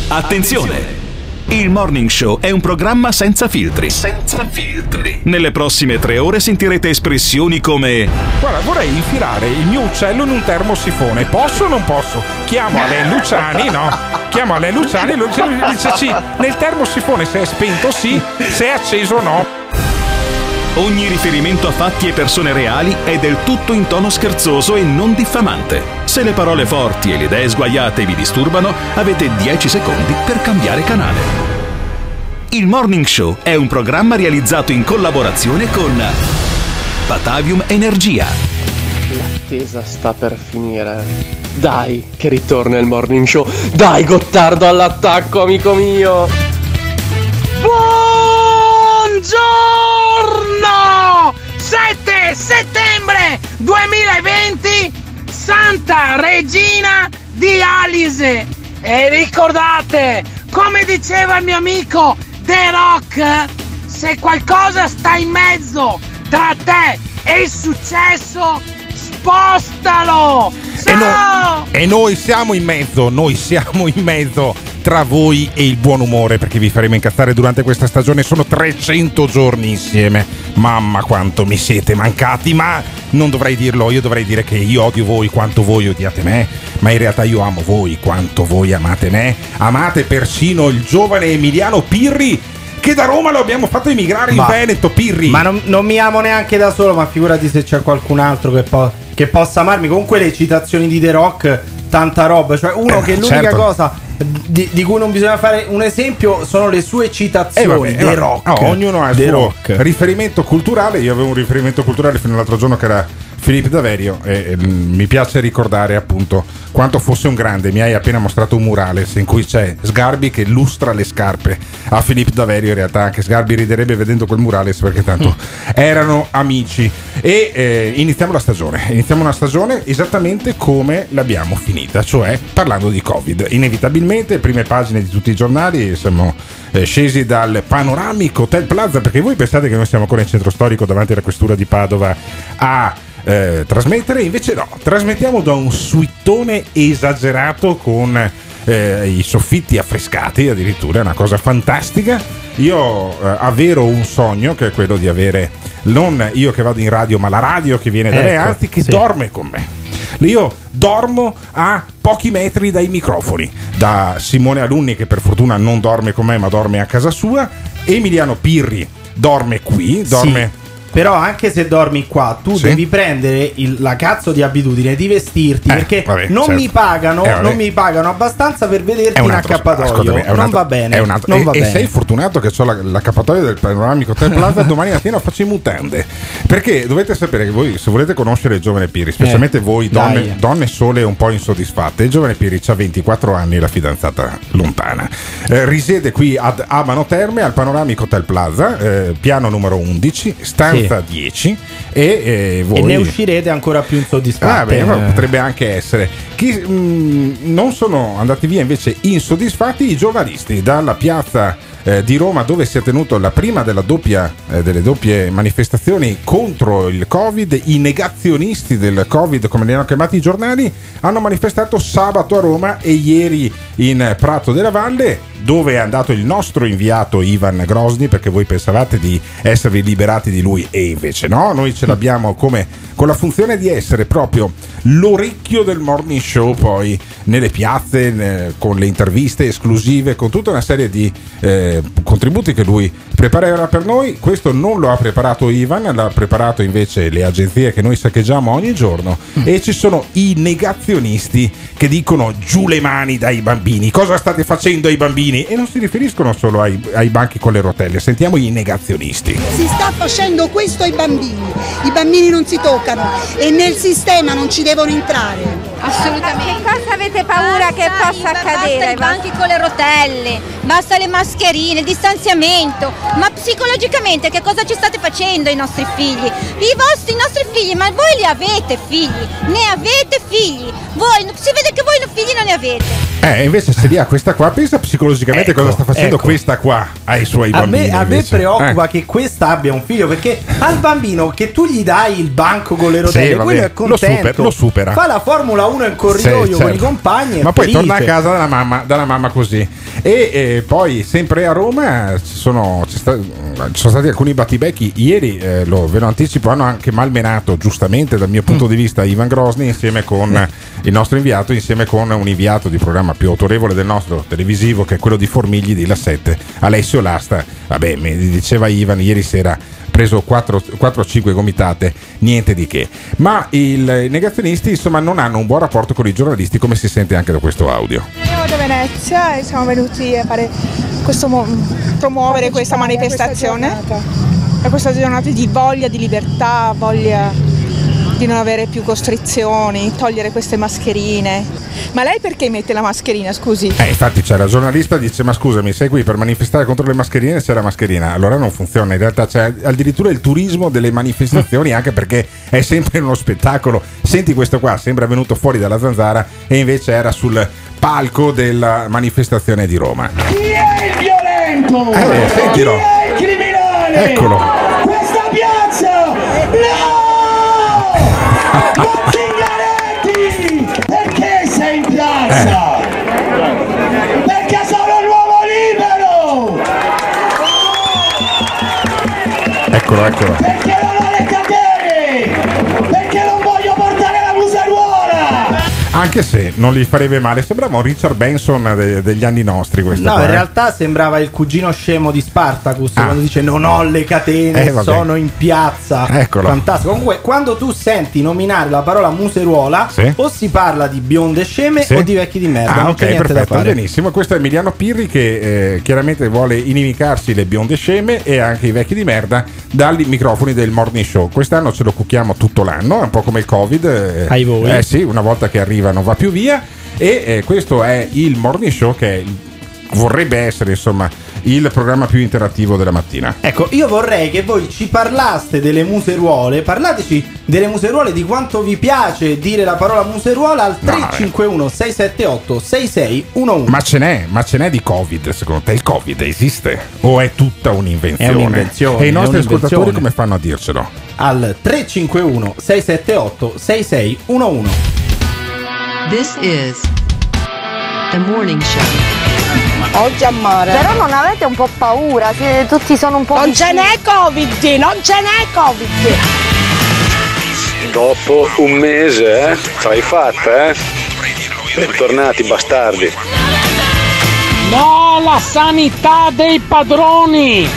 Attenzione! Il Morning Show è un programma senza filtri. Senza filtri. Nelle prossime 3 ore sentirete espressioni come: guarda, vorrei infilare il mio uccello in un termosifone. Posso o non posso? Chiamo Alain Luciani, no? Chiamo Alain Luciani e lui dice sì. Nel termosifone se è spento sì, se è acceso no. Ogni riferimento a fatti e persone reali è del tutto in tono scherzoso e non diffamante. Se le parole forti e le idee sguaiate vi disturbano, avete 10 secondi per cambiare canale. Il Morning Show è un programma realizzato in collaborazione con Batavium Energia. L'attesa sta per finire. Dai, che ritorna il Morning Show. Dai, Gottardo all'attacco, amico mio. Buongiorno! 7 settembre 2020, Santa Regina di Alise. E ricordate, come diceva il mio amico The Rock, se qualcosa sta in mezzo tra te e il successo, spostalo! E noi siamo in mezzo, tra voi e il buon umore, perché vi faremo incazzare durante questa stagione. Sono 300 giorni insieme. Mamma quanto mi siete mancati, ma non dovrei dirlo, io dovrei dire che io odio voi quanto voi odiate me, ma in realtà io amo voi quanto voi amate me. Amate persino il giovane Emiliano Pirri, che da Roma lo abbiamo fatto emigrare in Veneto. Pirri, ma non mi amo neanche da solo, ma figurati se c'è qualcun altro che possa amarmi. Comunque le citazioni di The Rock, tanta roba, cioè uno che l'unica certo. cosa di cui non bisogna fare un esempio sono le sue citazioni. The Rock. Ognuno ha il suo riferimento culturale. Io avevo un riferimento culturale fino all'altro giorno che era Filippo Daverio, e mi piace ricordare appunto quanto fosse un grande. Mi hai appena mostrato un murales in cui c'è Sgarbi che lustra le scarpe a Filippo Daverio. In realtà anche Sgarbi riderebbe vedendo quel murales, perché tanto erano amici. E iniziamo una stagione esattamente come l'abbiamo finita, cioè parlando di Covid. Inevitabilmente prime pagine di tutti i giornali, siamo scesi dal panoramico Hotel Plaza, perché voi pensate che noi siamo ancora in centro storico davanti alla questura di Padova a trasmettere. Invece no, trasmettiamo da un suitone esagerato con i soffitti affrescati, addirittura è una cosa fantastica. Io avvero un sogno, che è quello di avere non io che vado in radio, ma la radio che viene da me, anzi che dorme con me. Io dormo a pochi metri dai microfoni, da Simone Alunni, che per fortuna non dorme con me ma dorme a casa sua. Emiliano Pirri dorme qui, dorme... Però anche se dormi qua, tu devi prendere la cazzo di abitudine di vestirti, perché non mi pagano abbastanza per vederti in accappatoio. Non va bene. E sei fortunato che ho l'accappatoio del panoramico Hotel Plaza. Domani mattina faccio in mutande, perché dovete sapere che voi, se volete conoscere il giovane Pirri, specialmente voi donne sole e un po' insoddisfatte, il giovane Pirri ha 24 anni, la fidanzata lontana, risiede qui ad Abano Terme al panoramico Hotel Plaza, piano numero 11, stanza 10, e voi ne uscirete ancora più insoddisfatti. Potrebbe anche essere. Non sono andati via invece insoddisfatti i giornalisti dalla piazza di Roma, dove si è tenuto la prima delle doppie manifestazioni contro il Covid. I negazionisti del Covid, come li hanno chiamati i giornali, hanno manifestato sabato a Roma e ieri in Prato della Valle, dove è andato il nostro inviato Ivan Grosny, perché voi pensavate di esservi liberati di lui e invece no. Noi ce l'abbiamo con la funzione di essere proprio l'orecchio del Morning Show, poi nelle piazze, con le interviste esclusive, con tutta una serie di contributi che lui preparerà per noi. Questo non lo ha preparato Ivan, l'ha preparato invece le agenzie che noi saccheggiamo ogni giorno, e ci sono i negazionisti che dicono giù le mani dai bambini. Cosa state facendo ai bambini? E non si riferiscono solo ai banchi con le rotelle. Sentiamo i negazionisti. Si sta facendo questo ai bambini. I bambini non si toccano e nel sistema non ci devono entrare. Assolutamente. Che cosa avete paura che possa accadere? Basta i banchi con le rotelle, basta le mascherine, il distanziamento. Ma psicologicamente che cosa ci state facendo ai nostri figli? I nostri figli, ma voi li avete figli? Ne avete figli? Voi, si vede che voi figli non ne avete. Invece se lì ha questa qua, pensa psicologicamente cosa sta facendo questa qua ai suoi bambini. A me preoccupa che questa abbia un figlio, perché al bambino che tu gli dai il banco con le rotelle, quello è contento, lo supera. Fa la Formula 1 in corridoio con i compagni, ma poi torna a casa dalla mamma così. E poi sempre a Roma ci sono stati alcuni battibecchi. Ieri, ve lo anticipo, hanno anche malmenato, giustamente dal mio punto di vista, Ivan Grosny insieme con il nostro inviato, insieme con un inviato di programma più autorevole del nostro televisivo, che è quello di Formigli di La 7, Alessio Lasta. Vabbè, mi diceva Ivan ieri sera, preso 4 o 5 gomitate, niente di che. Ma i negazionisti insomma non hanno un buon rapporto con i giornalisti, come si sente anche da questo audio. Siamo da Venezia e siamo venuti a fare promuovere questa manifestazione, a questa giornata di voglia di libertà, voglia di non avere più costrizioni, togliere queste mascherine. Ma lei perché mette la mascherina, scusi? Infatti c'era il giornalista, dice: ma scusami, sei qui per manifestare contro le mascherine, c'è la mascherina. Allora non funziona, in realtà c'è addirittura il turismo delle manifestazioni, anche perché è sempre uno spettacolo. Senti questo qua, sembra venuto fuori dalla zanzara e invece era sul palco della manifestazione di Roma. Chi è il violento? Sentilo. Chi è il criminale? Eccolo. Questa piazza! No! Zingaretti! Perché sei in piazza? Perché sono l'uomo libero! Eccolo. Perché non ho le catene! Perché non voglio portare la museruola! Anche se non gli farebbe male, sembrava un Richard Benson degli anni nostri. No, in realtà sembrava il cugino scemo di Spartacus quando dice: non ho le catene, sono in piazza. Eccolo. Fantastico. Comunque, quando tu senti nominare la parola museruola, o si parla di bionde sceme o di vecchi di merda. Non c'è niente perfetto, da fare. Benissimo. Questo è Emiliano Pirri che chiaramente vuole inimicarsi le bionde sceme e anche i vecchi di merda dai microfoni del Morning Show. Quest'anno ce lo cucchiamo tutto l'anno, è un po' come il Covid. Ai voi. Sì, una volta che arriva non va più via. E questo è il Morning Show, che vorrebbe essere insomma il programma più interattivo della mattina. Ecco, io vorrei che voi ci parlaste delle museruole. Parlateci delle museruole, di quanto vi piace dire la parola museruola al 351 678 6611. Ma ce n'è di Covid, secondo te? Il Covid esiste o è tutta un'invenzione? È un'invenzione. E i nostri ascoltatori come fanno a dircelo? Al 351 678 6611. This is The Morning Show. Oggi a mare. Però non avete un po' paura? Tutti sono un po'. Non ce n'è Covid! Non ce n'è Covid! Dopo un mese, ce l'hai fatta, Bentornati, bastardi. No, la sanità dei padroni!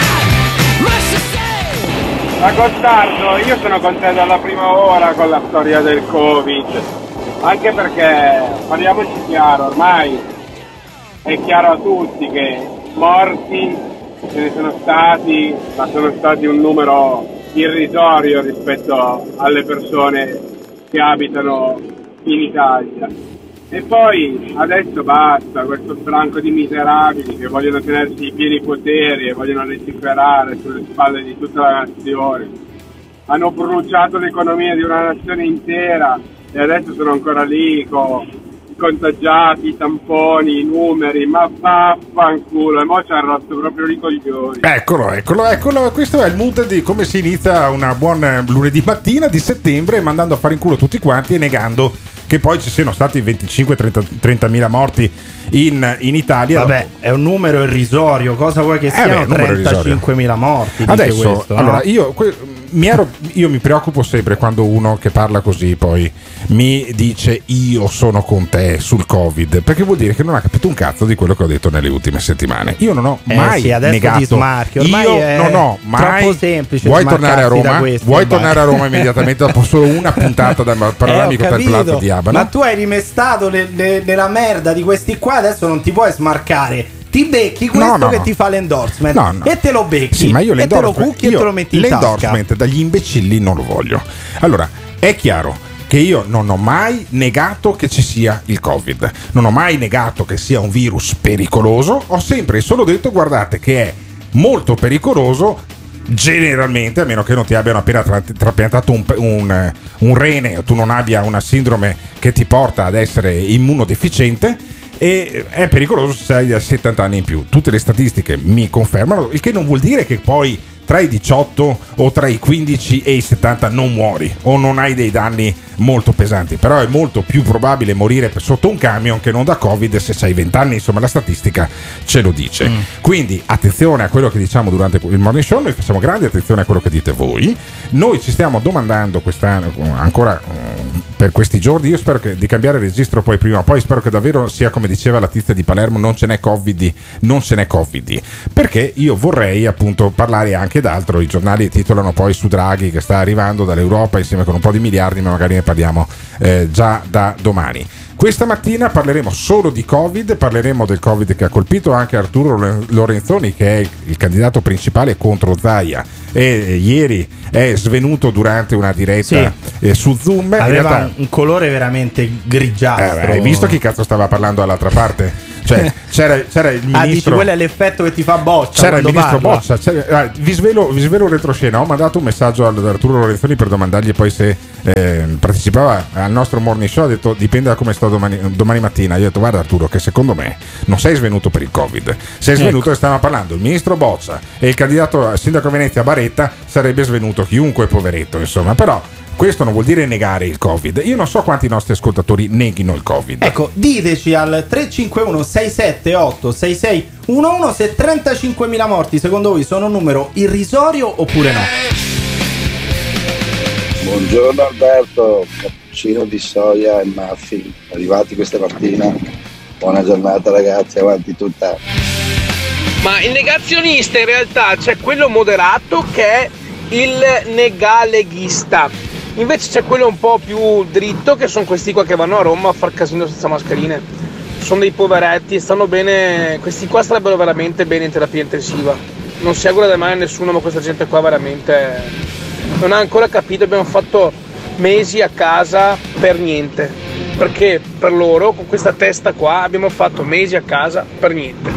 Ma Gottardo, io sono con te dalla prima ora con la storia del Covid. Anche perché, parliamoci chiaro, ormai è chiaro a tutti che morti ce ne sono stati, ma sono stati un numero irrisorio rispetto alle persone che abitano in Italia. E poi adesso basta, questo branco di miserabili che vogliono tenersi i pieni poteri e vogliono legiferare sulle spalle di tutta la nazione. Hanno bruciato l'economia di una nazione intera e adesso sono ancora lì con i contagiati, i tamponi, i numeri, ma vaffanculo, e mo ci hanno rotto proprio i coglioni. Eccolo, questo è il mood di come si inizia una buona lunedì mattina di settembre, mandando a fare in culo tutti quanti e negando che poi ci siano stati 25-30.000 morti in Italia. Vabbè, è un numero irrisorio, cosa vuoi che siano 35.000 morti? Adesso, questo, allora, no? io mi preoccupo sempre quando uno che parla così poi mi dice io sono con te sul Covid, perché vuol dire che non ha capito un cazzo di quello che ho detto nelle ultime settimane. Io non ho mai negato, ti smarchi. Ormai io non ho mai. Troppo semplice. Vuoi tornare a Roma? Vuoi tornare a Roma immediatamente dopo solo una puntata da panoramico per Plato di Abano? Ma tu hai rimestato nella merda di questi qua, adesso non ti puoi smarcare. Ti becchi questo che ti fa l'endorsement e te lo becchi, sì, ma io e te lo cucchi e te lo metti in tasca. L'endorsement dagli imbecilli non lo voglio. Allora, è chiaro che io non ho mai negato che ci sia il Covid, non ho mai negato che sia un virus pericoloso, ho sempre solo detto guardate che è molto pericoloso generalmente, a meno che non ti abbiano appena trapiantato un rene o tu non abbia una sindrome che ti porta ad essere immunodeficiente. e è pericoloso se hai 70 anni in più. Tutte le statistiche mi confermano, il che non vuol dire che poi tra i 18 o tra i 15 e i 70 non muori o non hai dei danni molto pesanti, però è molto più probabile morire sotto un camion che non da Covid se hai 20 anni, insomma la statistica ce lo dice. Quindi attenzione a quello che diciamo durante il morning show, noi facciamo grande attenzione a quello che dite voi. Noi ci stiamo domandando quest'anno, ancora per questi giorni, io spero di cambiare registro poi prima o poi, spero che davvero sia come diceva la tizia di Palermo, non ce n'è Covid, perché io vorrei appunto parlare anche d'altro. I giornali titolano poi su Draghi che sta arrivando dall'Europa insieme con un po' di miliardi, ma magari ne parliamo già da domani. Questa mattina parleremo solo di Covid, parleremo del Covid che ha colpito anche Arturo Lorenzoni, che è il candidato principale contro Zaia, e ieri è svenuto durante una diretta su Zoom. Aveva un colore veramente grigiastro. Hai visto chi cazzo stava parlando dall'altra parte? Cioè, c'era il ministro. Dici, quello è l'effetto che ti fa Boccia. C'era il ministro Boccia. Vi svelo un retroscena. Ho mandato un messaggio ad Arturo Lorenzoni per domandargli poi se partecipava al nostro morning show. Ha detto dipende da come sto domani mattina. Io ho detto guarda Arturo, che secondo me non sei svenuto per il Covid, sei svenuto e stavano parlando il ministro Boccia e il candidato al sindaco Venezia Baretta, sarebbe svenuto chiunque, poveretto, insomma. Però questo non vuol dire negare il Covid. Io non so quanti nostri ascoltatori neghino il Covid. Ecco, diteci al 351 678 6611 se 35.000 morti secondo voi sono un numero irrisorio oppure no. Buongiorno Alberto, cappuccino di soia e muffin arrivati questa mattina. Buona giornata ragazzi, avanti tutta. Ma il negazionista in realtà c'è quello moderato che è il negaleghista. Invece c'è quello un po' più dritto, che sono questi qua che vanno a Roma a far casino senza mascherine. Sono dei poveretti e stanno bene. Questi qua starebbero veramente bene in terapia intensiva. Non si augura da mai a nessuno, ma questa gente qua veramente non ha ancora capito. Abbiamo fatto mesi a casa per niente, perché per loro con questa testa qua abbiamo fatto mesi a casa per niente.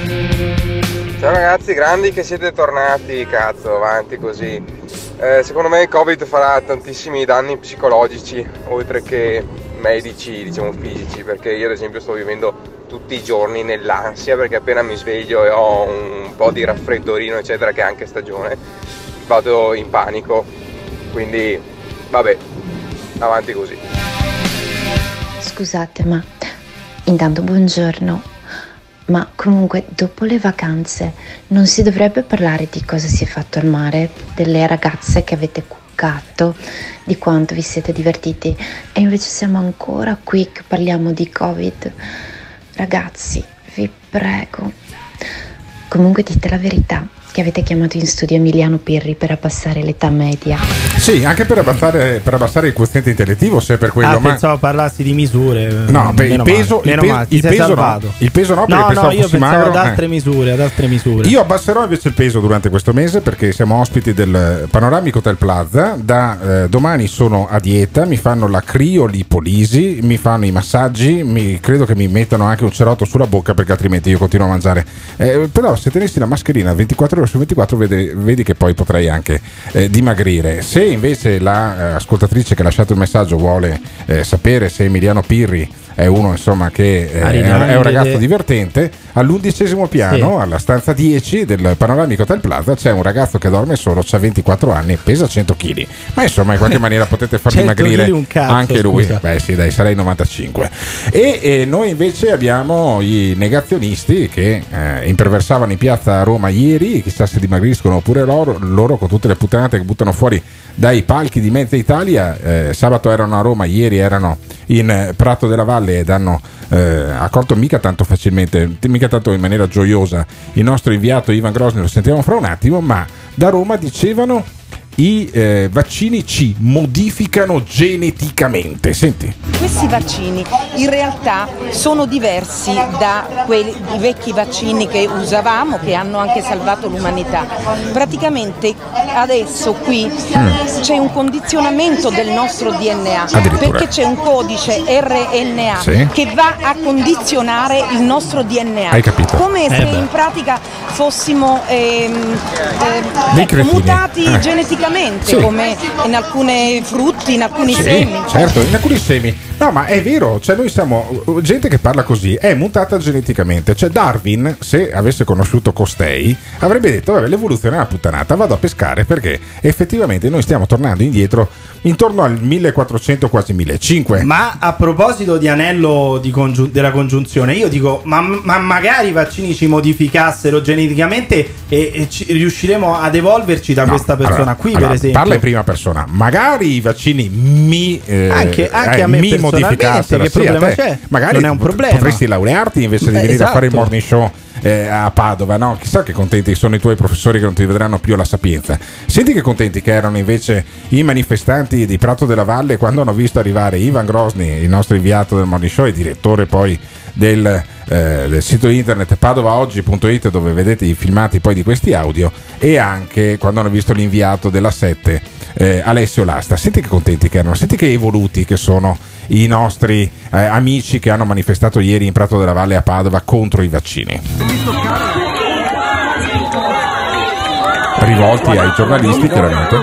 Ciao ragazzi, grandi che siete tornati, cazzo, avanti così. Secondo me il Covid farà tantissimi danni psicologici, oltre che medici, diciamo fisici, perché io ad esempio sto vivendo tutti i giorni nell'ansia, perché appena mi sveglio e ho un po' di raffreddorino eccetera, che è anche stagione, vado in panico, quindi vabbè, avanti così. Scusate, ma intanto buongiorno. Ma comunque dopo le vacanze non si dovrebbe parlare di cosa si è fatto al mare, delle ragazze che avete cuccato, di quanto vi siete divertiti, e invece siamo ancora qui che parliamo di Covid. Ragazzi, vi prego. Comunque dite la verità, che avete chiamato in studio Emiliano Pirri per abbassare l'età media. Sì, anche per abbassare il quoziente intellettivo, se per quello. Pensavo parlassi di misure. No, il peso no. Il peso no, perché pensavo io fossi pensavo magro. ad altre misure. Io abbasserò invece il peso durante questo mese, perché siamo ospiti del Panoramico Hotel Plaza. Da domani sono a dieta, mi fanno la criolipolisi, mi fanno i massaggi, credo che mi mettano anche un cerotto sulla bocca, perché altrimenti io continuo a mangiare. Però se tenessi la mascherina 24 ore su 24 vedi che poi potrei anche dimagrire. Se invece la ascoltatrice che ha lasciato il messaggio vuole sapere se Emiliano Pirri è uno, insomma, che è un ragazzo divertente, all'11° piano, alla stanza 10 del Panoramico Hotel Plaza, c'è un ragazzo che dorme solo, c'ha 24 anni, pesa 100 kg, ma insomma in qualche maniera potete far dimagrire anche lui. Scusa. Beh sì, dai, sarei 95. E noi invece abbiamo i negazionisti che imperversavano in piazza a Roma ieri, chissà se dimagriscono oppure loro con tutte le puttanate che buttano fuori dai palchi di mezza Italia. Sabato erano a Roma, ieri erano in Prato della Valle ed hanno accolto mica tanto facilmente, mica tanto in maniera gioiosa, il nostro inviato Ivan Grosny. Lo sentiamo fra un attimo, ma da Roma dicevano i vaccini ci modificano geneticamente. Senti. Questi vaccini in realtà sono diversi da quelli i vecchi vaccini che usavamo, che hanno anche salvato l'umanità. Praticamente adesso qui c'è un condizionamento del nostro DNA, perché c'è un codice RNA che va a condizionare il nostro DNA. Hai capito? Come se in pratica fossimo mutati geneticamente, come in alcuni frutti, in alcuni semi. Certo, in alcuni semi. No, ma è vero, cioè noi siamo gente che parla così, è mutata geneticamente. Cioè Darwin, se avesse conosciuto costei, avrebbe detto vabbè, l'evoluzione è una puttanata, vado a pescare, perché effettivamente noi stiamo tornando indietro intorno al 1400, quasi 1500. Ma a proposito di anello della congiunzione, io dico ma magari i vaccini ci modificassero geneticamente e riusciremo ad evolverci da questa persona qui, per esempio. Parla in prima persona, magari i vaccini anche a me mi modificassero, che problema c'è? Magari non è un problema. Potresti laurearti invece di venire a fare il morning show a Padova, no? Chissà che contenti sono i tuoi professori che non ti vedranno più alla Sapienza. Senti che contenti che erano invece i manifestanti di Prato della Valle quando hanno visto arrivare Ivan Grosny, il nostro inviato del morning show e direttore poi del sito internet padovaoggi.it, dove vedete i filmati poi di questi audio, e anche quando hanno visto l'inviato della 7 Alessio Lasta. Senti che contenti che erano, senti che evoluti che sono i nostri amici che hanno manifestato ieri in Prato della Valle a Padova contro i vaccini, rivolti ai giornalisti chiaramente.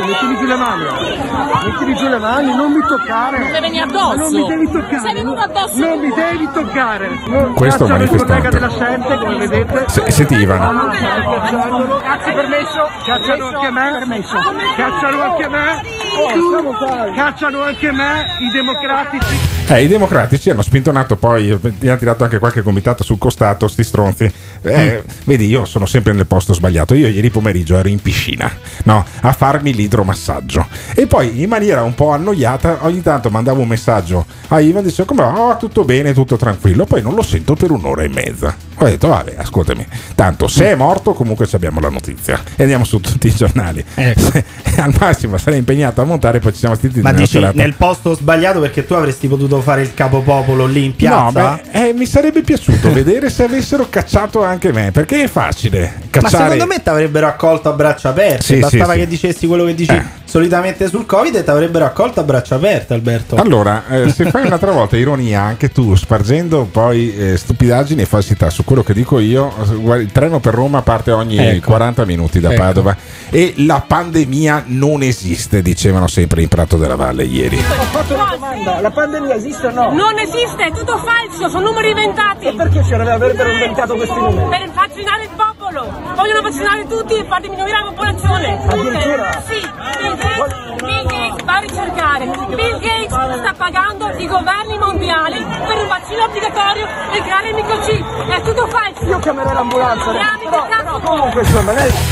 Mettimi giù le mani, non mi toccare. Non mi vieni addosso. Non mi devi toccare. Sei venuto addosso. Non mi devi toccare. Questo manifestante. Della 7, come vedete. Senti Ivan. Cazzo permesso. Cacciano anche a me. Permesso. Cacciano anche a me. Cacciano anche me i democratici. I democratici hanno spintonato, poi gli hanno tirato anche qualche comitato sul costato, sti stronzi. Vedi, io sono sempre nel posto sbagliato. Io ieri pomeriggio ero in piscina, no, a farmi l'idromassaggio, e poi in maniera un po' annoiata ogni tanto mandavo un messaggio a Ivan, dicevo come va? Tutto bene, tutto tranquillo. Poi non lo sento per un'ora e mezza. Ho detto vabbè, ascoltami, tanto se è morto comunque abbiamo la notizia e andiamo su tutti i giornali. Al massimo sarei impegnato a montare, poi ci siamo stati. Ma dici nel posto sbagliato, perché tu avresti potuto fare il capopopolo lì in piazza? No, mi sarebbe piaciuto vedere se avessero cacciato anche me, perché è facile cacciare. Ma secondo me ti avrebbero accolto a braccia aperte. Bastava che dicessi quello che dici solitamente sul Covid e ti avrebbero accolto a braccia aperte, Alberto. Allora, se fai un'altra volta ironia anche tu, spargendo poi stupidaggini e falsità su quello che dico io, il treno per Roma parte ogni 40 minuti da Padova e la pandemia non esiste, dicevano sempre in Prato della Valle ieri. Ho fatto una domanda, la pandemia esiste o no? Non esiste, è tutto falso, sono numeri inventati. E perché ci avrebbero inventato questi numeri? Per vaccinare il popolo, vogliono vaccinare tutti e far diminuire la popolazione. Addirittura? Sì, Bill Gates va a ricercare, Bill Gates sta pagando i governi mondiali per un vaccino obbligatorio e creare il microchip, è tutto falso. Io chiamerei l'ambulanza, però comunque insomma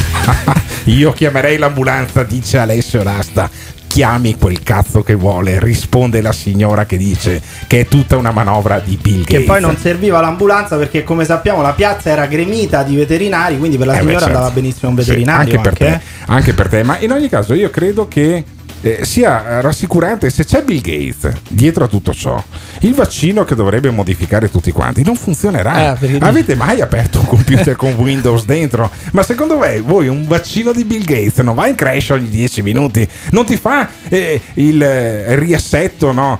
io chiamerei l'ambulanza, dice Alessio Rasta. Chiami quel cazzo che vuole, risponde la signora che dice che è tutta una manovra di Bill Gates. Che poi non serviva l'ambulanza perché, come sappiamo, la piazza era gremita di veterinari, quindi per la signora andava benissimo un veterinario. Anche per te, ma in ogni caso io credo che sia rassicurante se c'è Bill Gates dietro a tutto ciò. Il vaccino che dovrebbe modificare tutti quanti non funzionerà. Avete mai aperto un computer con Windows dentro? Ma secondo voi un vaccino di Bill Gates non va in crash ogni 10 minuti? Non ti fa il riassetto, no?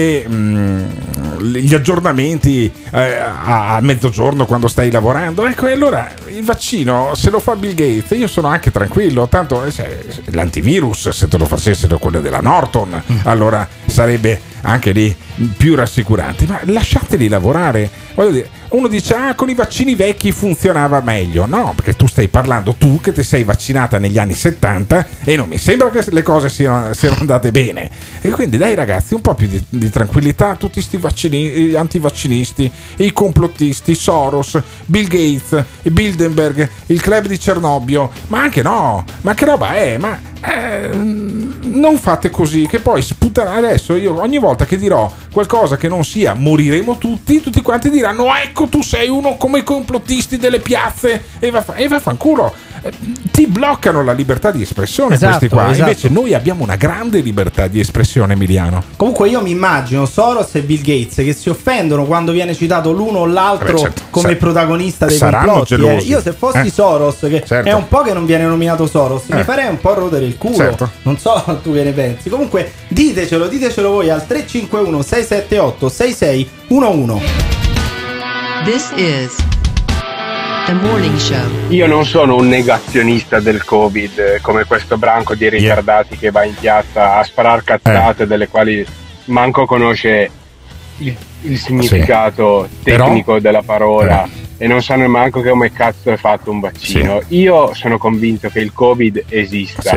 Gli aggiornamenti a mezzogiorno quando stai lavorando? Ecco, e allora il vaccino, se lo fa Bill Gates, io sono anche tranquillo. Tanto l'antivirus, se te lo facessero quello della Norton, allora sarebbe anche lì più rassicurante. Ma lasciateli lavorare. Voglio dire, uno dice con i vaccini vecchi funzionava meglio. No, perché tu stai parlando, tu che ti sei vaccinata negli anni 70 e non mi sembra che le cose siano andate bene. E quindi dai ragazzi, un po' più di tranquillità. Tutti sti vaccini, antivaccinisti, i complottisti, Soros, Bill Gates, Bilderberg, il club di Cernobbio. Ma anche no, ma che roba è? Non fate così, che poi sputterà. Adesso io ogni volta che dirò qualcosa che non sia moriremo tutti quanti diranno ecco, tu sei uno come i complottisti delle piazze e vaffanculo. Ti bloccano la libertà di espressione, questi qua. Invece noi abbiamo una grande libertà di espressione, Emiliano. Comunque io mi immagino Soros e Bill Gates che si offendono quando viene citato l'uno o l'altro come protagonista dei complotti. Io se fossi Soros, che è un po' che non viene nominato Soros, mi farei un po' rodere il culo. Non so tu che ne pensi. Comunque ditecelo voi al 351 678 6611. This is The Morning Show. Io non sono un negazionista del Covid come questo branco di ritardati che va in piazza a sparar cazzate delle quali manco conosce il significato tecnico della parola e non sanno manco che come cazzo è fatto un vaccino. Io sono convinto che il Covid esista,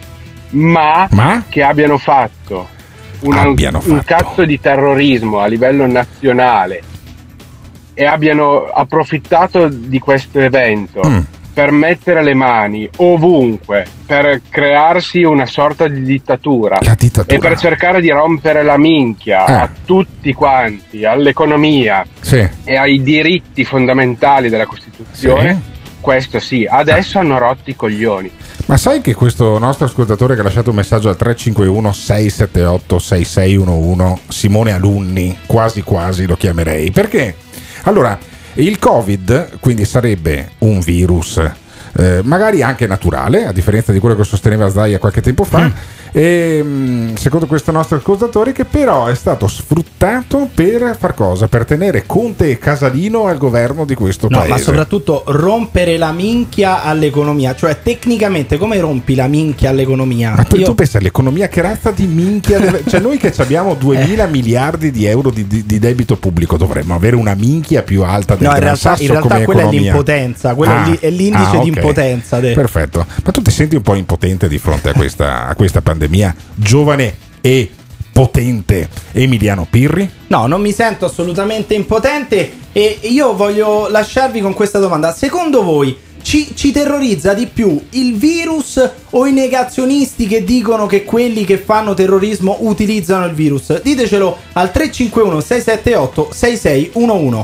ma che abbiano fatto un cazzo di terrorismo a livello nazionale e abbiano approfittato di questo evento per mettere le mani ovunque, per crearsi una sorta di dittatura e per cercare di rompere la minchia a tutti quanti, all'economia e ai diritti fondamentali della Costituzione. Questo sì, adesso hanno rotto i coglioni. Ma sai che questo nostro ascoltatore che ha lasciato un messaggio al 351 678 6611, Simone Alunni, quasi quasi lo chiamerei, perché allora il Covid quindi sarebbe un virus magari anche naturale, a differenza di quello che sosteneva Zaia qualche tempo fa, e secondo questo nostro ascoltatore, che però è stato sfruttato per far cosa? Per tenere Conte e Casalino al governo di questo paese. Ma soprattutto rompere la minchia all'economia. Cioè tecnicamente come rompi la minchia all'economia? Ma tu pensa all'economia, che razza di minchia cioè noi che abbiamo 2000 miliardi di euro di debito pubblico dovremmo avere una minchia più alta del Gran Sasso. In realtà quella economia. È l'impotenza, quello è l'indice di impotenza. Perfetto. Ma tu ti senti un po' impotente di fronte a questa pandemia? Giovane e potente Emiliano Pirri? No, non mi sento assolutamente impotente e io voglio lasciarvi con questa domanda. Secondo voi ci terrorizza di più il virus o i negazionisti che dicono che quelli che fanno terrorismo utilizzano il virus? Ditecelo al 351 678 6611.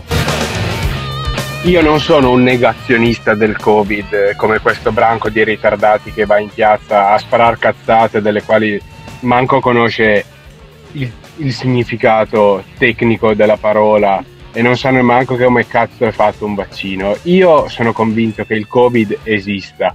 Io non sono un negazionista del Covid come questo branco di ritardati che va in piazza a sparar cazzate delle quali manco conosce il significato tecnico della parola e non sanno manco che come cazzo è fatto un vaccino. Io sono convinto che il Covid esista,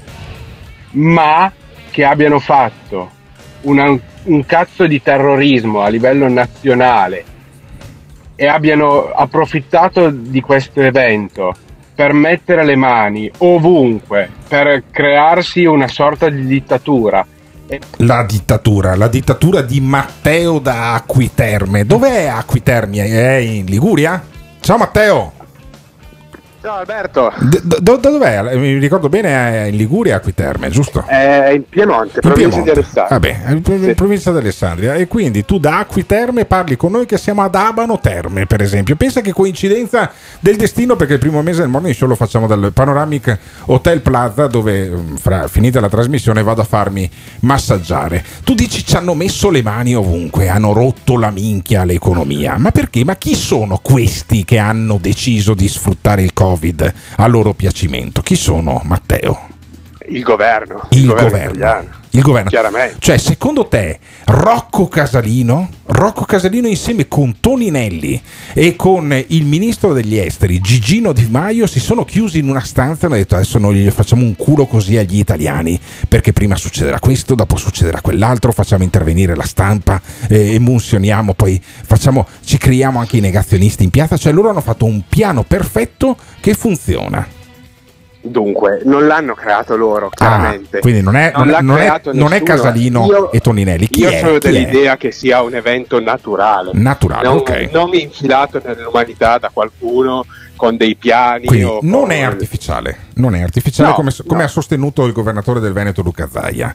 ma che abbiano fatto un cazzo di terrorismo a livello nazionale e abbiano approfittato di questo evento per mettere le mani ovunque, per crearsi una sorta di dittatura. La dittatura di Matteo da Acquiterme. Dov'è Acquiterme? È in Liguria? Ciao Matteo. Ciao Alberto. Dov'è? Mi ricordo bene, è in Liguria, Acquiterme, giusto? È in Piemonte, provincia di Alessandria. Vabbè, provincia di Alessandria. E quindi tu da Acquiterme parli con noi che siamo ad Abano Terme, per esempio. Pensa che coincidenza del destino, perché il primo mese del Morning Show lo facciamo dal Panoramic Hotel Plaza, dove finita la trasmissione vado a farmi massaggiare. Tu dici ci hanno messo le mani ovunque, hanno rotto la minchia all'economia. Ma perché? Ma chi sono questi che hanno deciso di sfruttare il Covid a loro piacimento? Chi sono, Matteo? Il governo italiano. Il governo. Chiaramente. Cioè, secondo te Rocco Casalino insieme con Toninelli e con il ministro degli esteri Gigino Di Maio si sono chiusi in una stanza e hanno detto adesso noi gli facciamo un culo così agli italiani, perché prima succederà questo, dopo succederà quell'altro, facciamo intervenire la stampa, emulsioniamo, poi ci creiamo anche i negazionisti in piazza. Cioè loro hanno fatto un piano perfetto che funziona. Dunque, non l'hanno creato loro, chiaramente. Quindi non è Casalino e Toninelli. Chi io è? sono dell'idea che sia un evento naturale. Non infilato nell'umanità da qualcuno con dei piani. Quindi non è artificiale. Come ha sostenuto il governatore del Veneto Luca Zaia.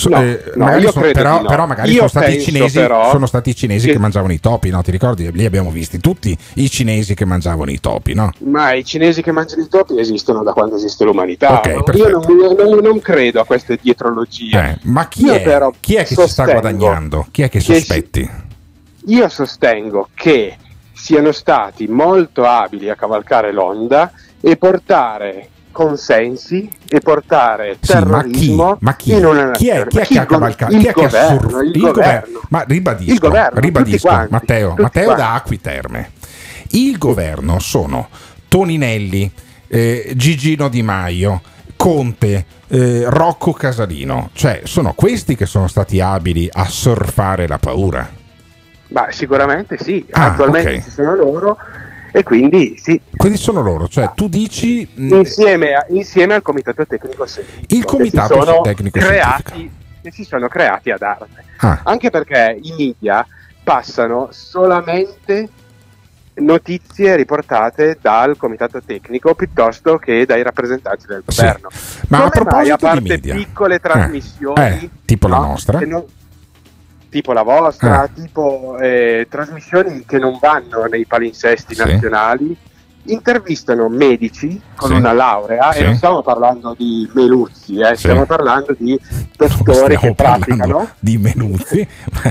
Però magari sono stati i cinesi che mangiavano i topi, no? Ti ricordi? Lì abbiamo visti tutti i cinesi che mangiavano i topi, no? Ma i cinesi che mangiano i topi esistono da quando esiste l'umanità. Okay, io non credo a queste dietrologie. Ma chi è che si sta guadagnando? Chi è che sospetti? Io sostengo che siano stati molto abili a cavalcare l'onda e portare consensi e portare terrorismo in una nazione. Chi è che ha cavalcato? Il governo. Ma ribadisco, Matteo da Acquiterme. Il governo sono Toninelli, Gigino Di Maio, Conte, Rocco Casalino. Cioè sono questi che sono stati abili a surfare la paura. Sicuramente sì, attualmente ci sono loro E quindi sì. Quindi sono loro, cioè tu dici insieme al comitato tecnico scientifico. Il comitato tecnico scientifico che si sono creati ad arte. Anche perché i media passano solamente notizie riportate dal comitato tecnico piuttosto che dai rappresentanti del governo. Ma come a proposito mai, a parte di media, piccole trasmissioni tipo la nostra, tipo la vostra, tipo trasmissioni che non vanno nei palinsesti nazionali, intervistano medici con una laurea, e non stiamo parlando di Menuzzi, stiamo parlando di dottori che praticano di Menuzzi.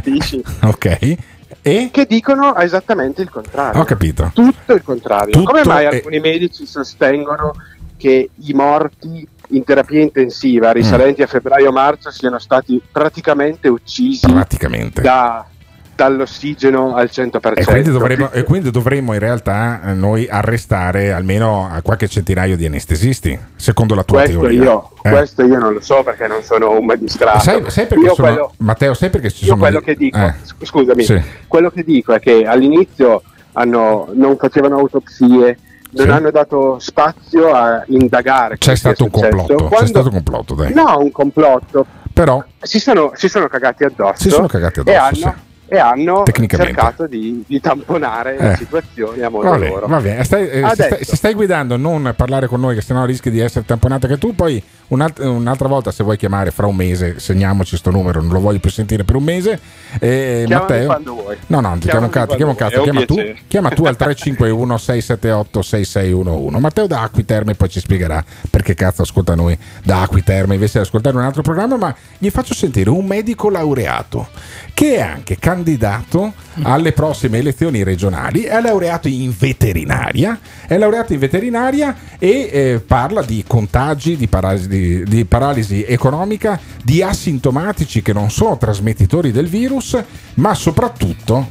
Ok. E? Che dicono esattamente il contrario. Ho capito. Tutto il contrario. Come mai alcuni medici sostengono che i morti in terapia intensiva risalenti a febbraio-marzo siano stati praticamente uccisi dall'ossigeno al 100%? E quindi dovremmo in realtà noi arrestare almeno qualche centinaio di anestesisti, secondo la tua teoria. Questo io non lo so, perché non sono un magistrato. Sai perché Matteo, sai perché ci sono... quello che dico, scusami, quello che dico è che all'inizio non facevano autopsie, non hanno dato spazio a indagare. C'è stato un complotto, dai. No, un complotto. Però si sono cagati addosso. E hanno cercato di tamponare le situazioni a modo loro. Va bene. Se stai guidando, non parlare con noi, che sennò rischi di essere tamponato anche tu. Poi un'altra volta, se vuoi chiamare fra un mese, segniamoci sto numero, non lo voglio più sentire per un mese. Matteo, quando vuoi. No, ti chiamo un cazzo. Chiama tu al 351 678 6611. Matteo da Acquiterme poi ci spiegherà perché cazzo ascolta noi da Acquiterme invece di ascoltare un altro programma. Ma gli faccio sentire un medico laureato che è anche candidato alle prossime elezioni regionali, è laureato in veterinaria e parla di contagi, di paralisi economica, di asintomatici che non sono trasmettitori del virus, ma soprattutto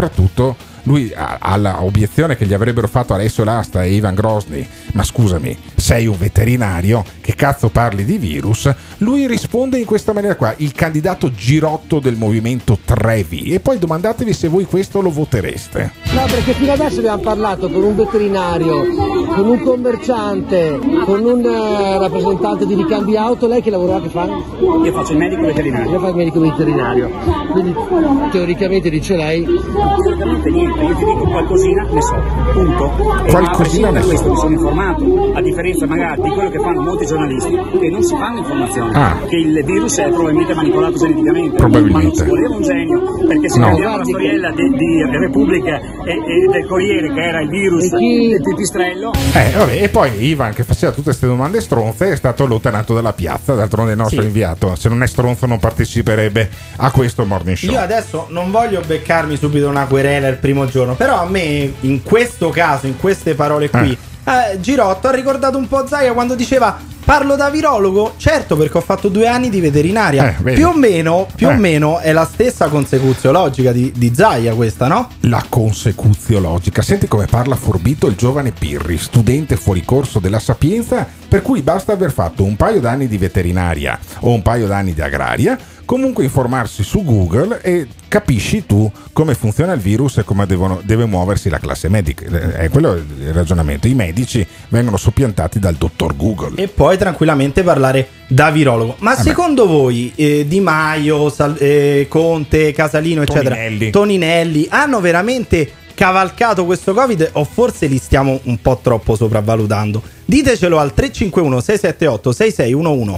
lui ha l'obiezione che gli avrebbero fatto Alessio Lasta e Ivan Grosny: ma scusami, sei un veterinario, che cazzo parli di virus? Lui risponde in questa maniera qua: il candidato Girotto del movimento Trevi. E poi domandatevi se voi questo lo votereste. No, perché fino adesso abbiamo parlato con un veterinario, con un commerciante, con un rappresentante di ricambi auto. Lei che lavoro che fa? Io faccio il medico veterinario. Io faccio il medico veterinario. Quindi teoricamente, dice lei? Teoricamente niente. Io ti dico qualcosina, ne so, punto. Qualcosina ne so. Questo mi sono informato, a differenza magari di quello che fanno molti giornalisti, che non si fanno informazioni, che il virus è probabilmente manipolato geneticamente. Ma non si voleva un genio, perché se prendiamo la storiella di Repubblica e del Corriere, che era il virus del pipistrello. E poi Ivan, che faceva tutte queste domande stronze, è stato allontanato dalla piazza. D'altronde il nostro inviato, se non è stronzo, non parteciperebbe a questo morning show. Io adesso non voglio beccarmi subito una querela il primo giorno, però a me in questo caso, in queste parole qui, Girotto ha ricordato un po' Zaia quando diceva: parlo da virologo, certo, perché ho fatto 2 anni di veterinaria. Più o meno è la stessa consecuziologica di Zaia questa, no? La consecuziologica. Senti come parla forbito il giovane Pirri, studente fuori corso della Sapienza, per cui basta aver fatto un paio d'anni di veterinaria o un paio d'anni di agraria, comunque informarsi su Google e capisci tu come funziona il virus e come deve muoversi la classe medica. È quello il ragionamento. I medici vengono soppiantati dal dottor Google. E poi tranquillamente parlare da virologo. Ma secondo voi Di Maio, Conte, Casalino, eccetera, Toninelli hanno veramente cavalcato questo Covid, o forse li stiamo un po' troppo sopravvalutando? Ditecelo al 351 678 6611.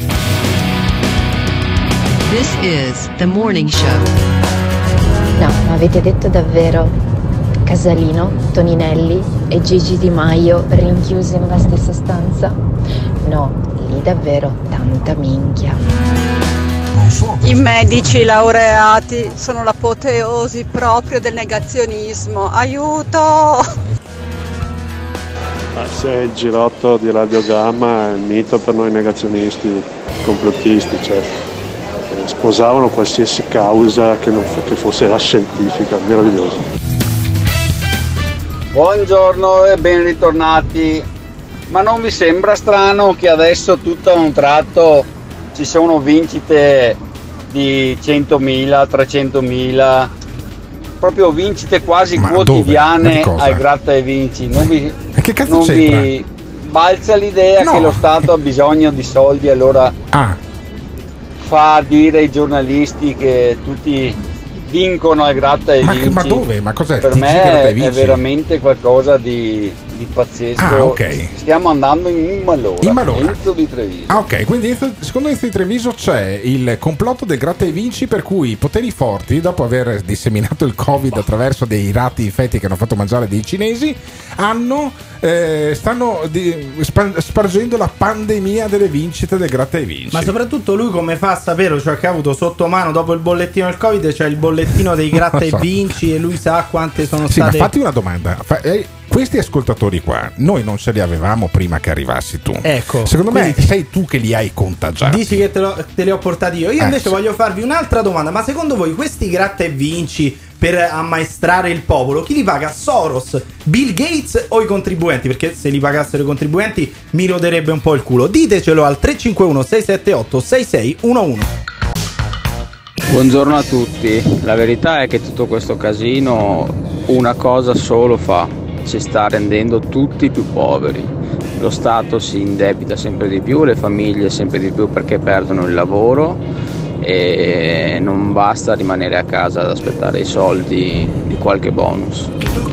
This is the morning show. No, ma avete detto davvero Casalino, Toninelli e Gigi Di Maio rinchiusi nella stessa stanza? No, lì davvero tanta minchia. I medici laureati sono l'apoteosi proprio del negazionismo. Aiuto! Se il Girotto di Radio Gamma è il mito per noi negazionisti, complottisti, cioè sposavano qualsiasi causa che fosse la scientifica, meraviglioso. Buongiorno e ben ritornati. Ma non vi sembra strano che adesso tutto a un tratto ci sono vincite di 100.000, 300.000 proprio vincite quasi quotidiane al gratta e vinci. Non vi balza l'idea che lo Stato ha bisogno di soldi, allora fa dire ai giornalisti che tutti vincono al gratta e vinci. Ma dove? Ma cos'è? Per me è veramente qualcosa di pazzesco. Stiamo andando in un malora. Enzo di Treviso. Ok, quindi secondo Enzo di Treviso c'è il complotto del gratta e vinci per cui i poteri forti, dopo aver disseminato il Covid attraverso dei ratti infetti che hanno fatto mangiare dei cinesi, stanno spargendo la pandemia delle vincite del gratta e vinci. Ma soprattutto lui come fa a sapere, cioè che ha avuto sotto mano dopo il bollettino del Covid, cioè il bollettino dei gratta e vinci e lui sa quante sono state. Ma fatti una domanda. Questi ascoltatori qua noi non ce li avevamo prima che arrivassi tu. Ecco, secondo me sei tu che li hai contagiati. Dici che te li ho portati io. Io invece voglio farvi un'altra domanda. Ma secondo voi questi gratta e vinci per ammaestrare il popolo, chi li paga? Soros, Bill Gates o i contribuenti? Perché se li pagassero i contribuenti mi roderebbe un po' il culo. Ditecelo al 351 678 6611. Buongiorno a tutti. La verità è che tutto questo casino una cosa solo fa: ci sta rendendo tutti più poveri. Lo Stato si indebita sempre di più, le famiglie sempre di più perché perdono il lavoro e non basta rimanere a casa ad aspettare i soldi di qualche bonus.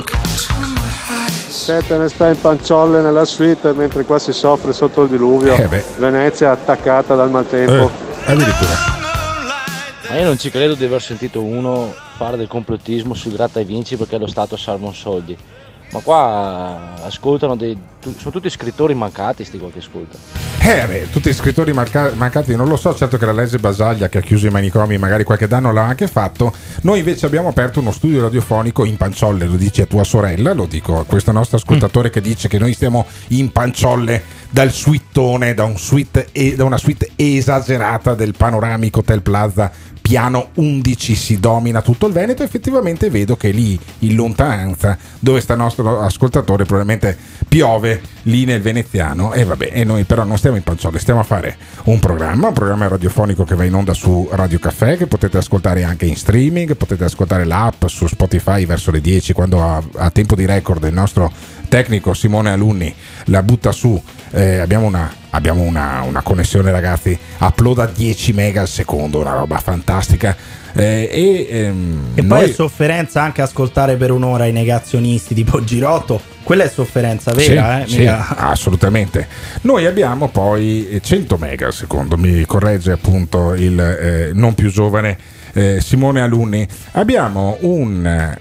Se te ne stai in panciolle nella suite mentre qua si soffre sotto il diluvio. Venezia attaccata dal maltempo. Addirittura. Ma io non ci credo di aver sentito uno fare del complottismo sul gratta e vinci perché lo Stato salva soldi. Ma qua ascoltano sono tutti scrittori mancati sti qua che ascoltano. Tutti scrittori mancati, non lo so, certo che la legge Basaglia che ha chiuso i manicomi magari qualche danno l'ha anche fatto. Noi invece abbiamo aperto uno studio radiofonico in panciolle, lo dici a tua sorella, lo dico a questo nostro ascoltatore che dice che noi stiamo in panciolle dal suitone, da una suite esagerata del Panoramico Hotel Plaza piano 11, si domina tutto il Veneto. Effettivamente vedo che lì in lontananza dove sta il nostro ascoltatore probabilmente piove lì nel veneziano e noi però non stiamo in panciolle, stiamo a fare un programma radiofonico che va in onda su Radio Caffè, che potete ascoltare anche in streaming, potete ascoltare l'app su Spotify verso le 10 quando a tempo di record il nostro tecnico Simone Alunni la butta su. Abbiamo una connessione, ragazzi, upload a 10 mega al secondo, una roba fantastica. E poi è sofferenza anche ascoltare per un'ora i negazionisti tipo Girotto, quella è sofferenza vera. Sì, assolutamente. Noi abbiamo poi 100 mega al secondo, mi corregge appunto il non più giovane Simone Alunni. Abbiamo un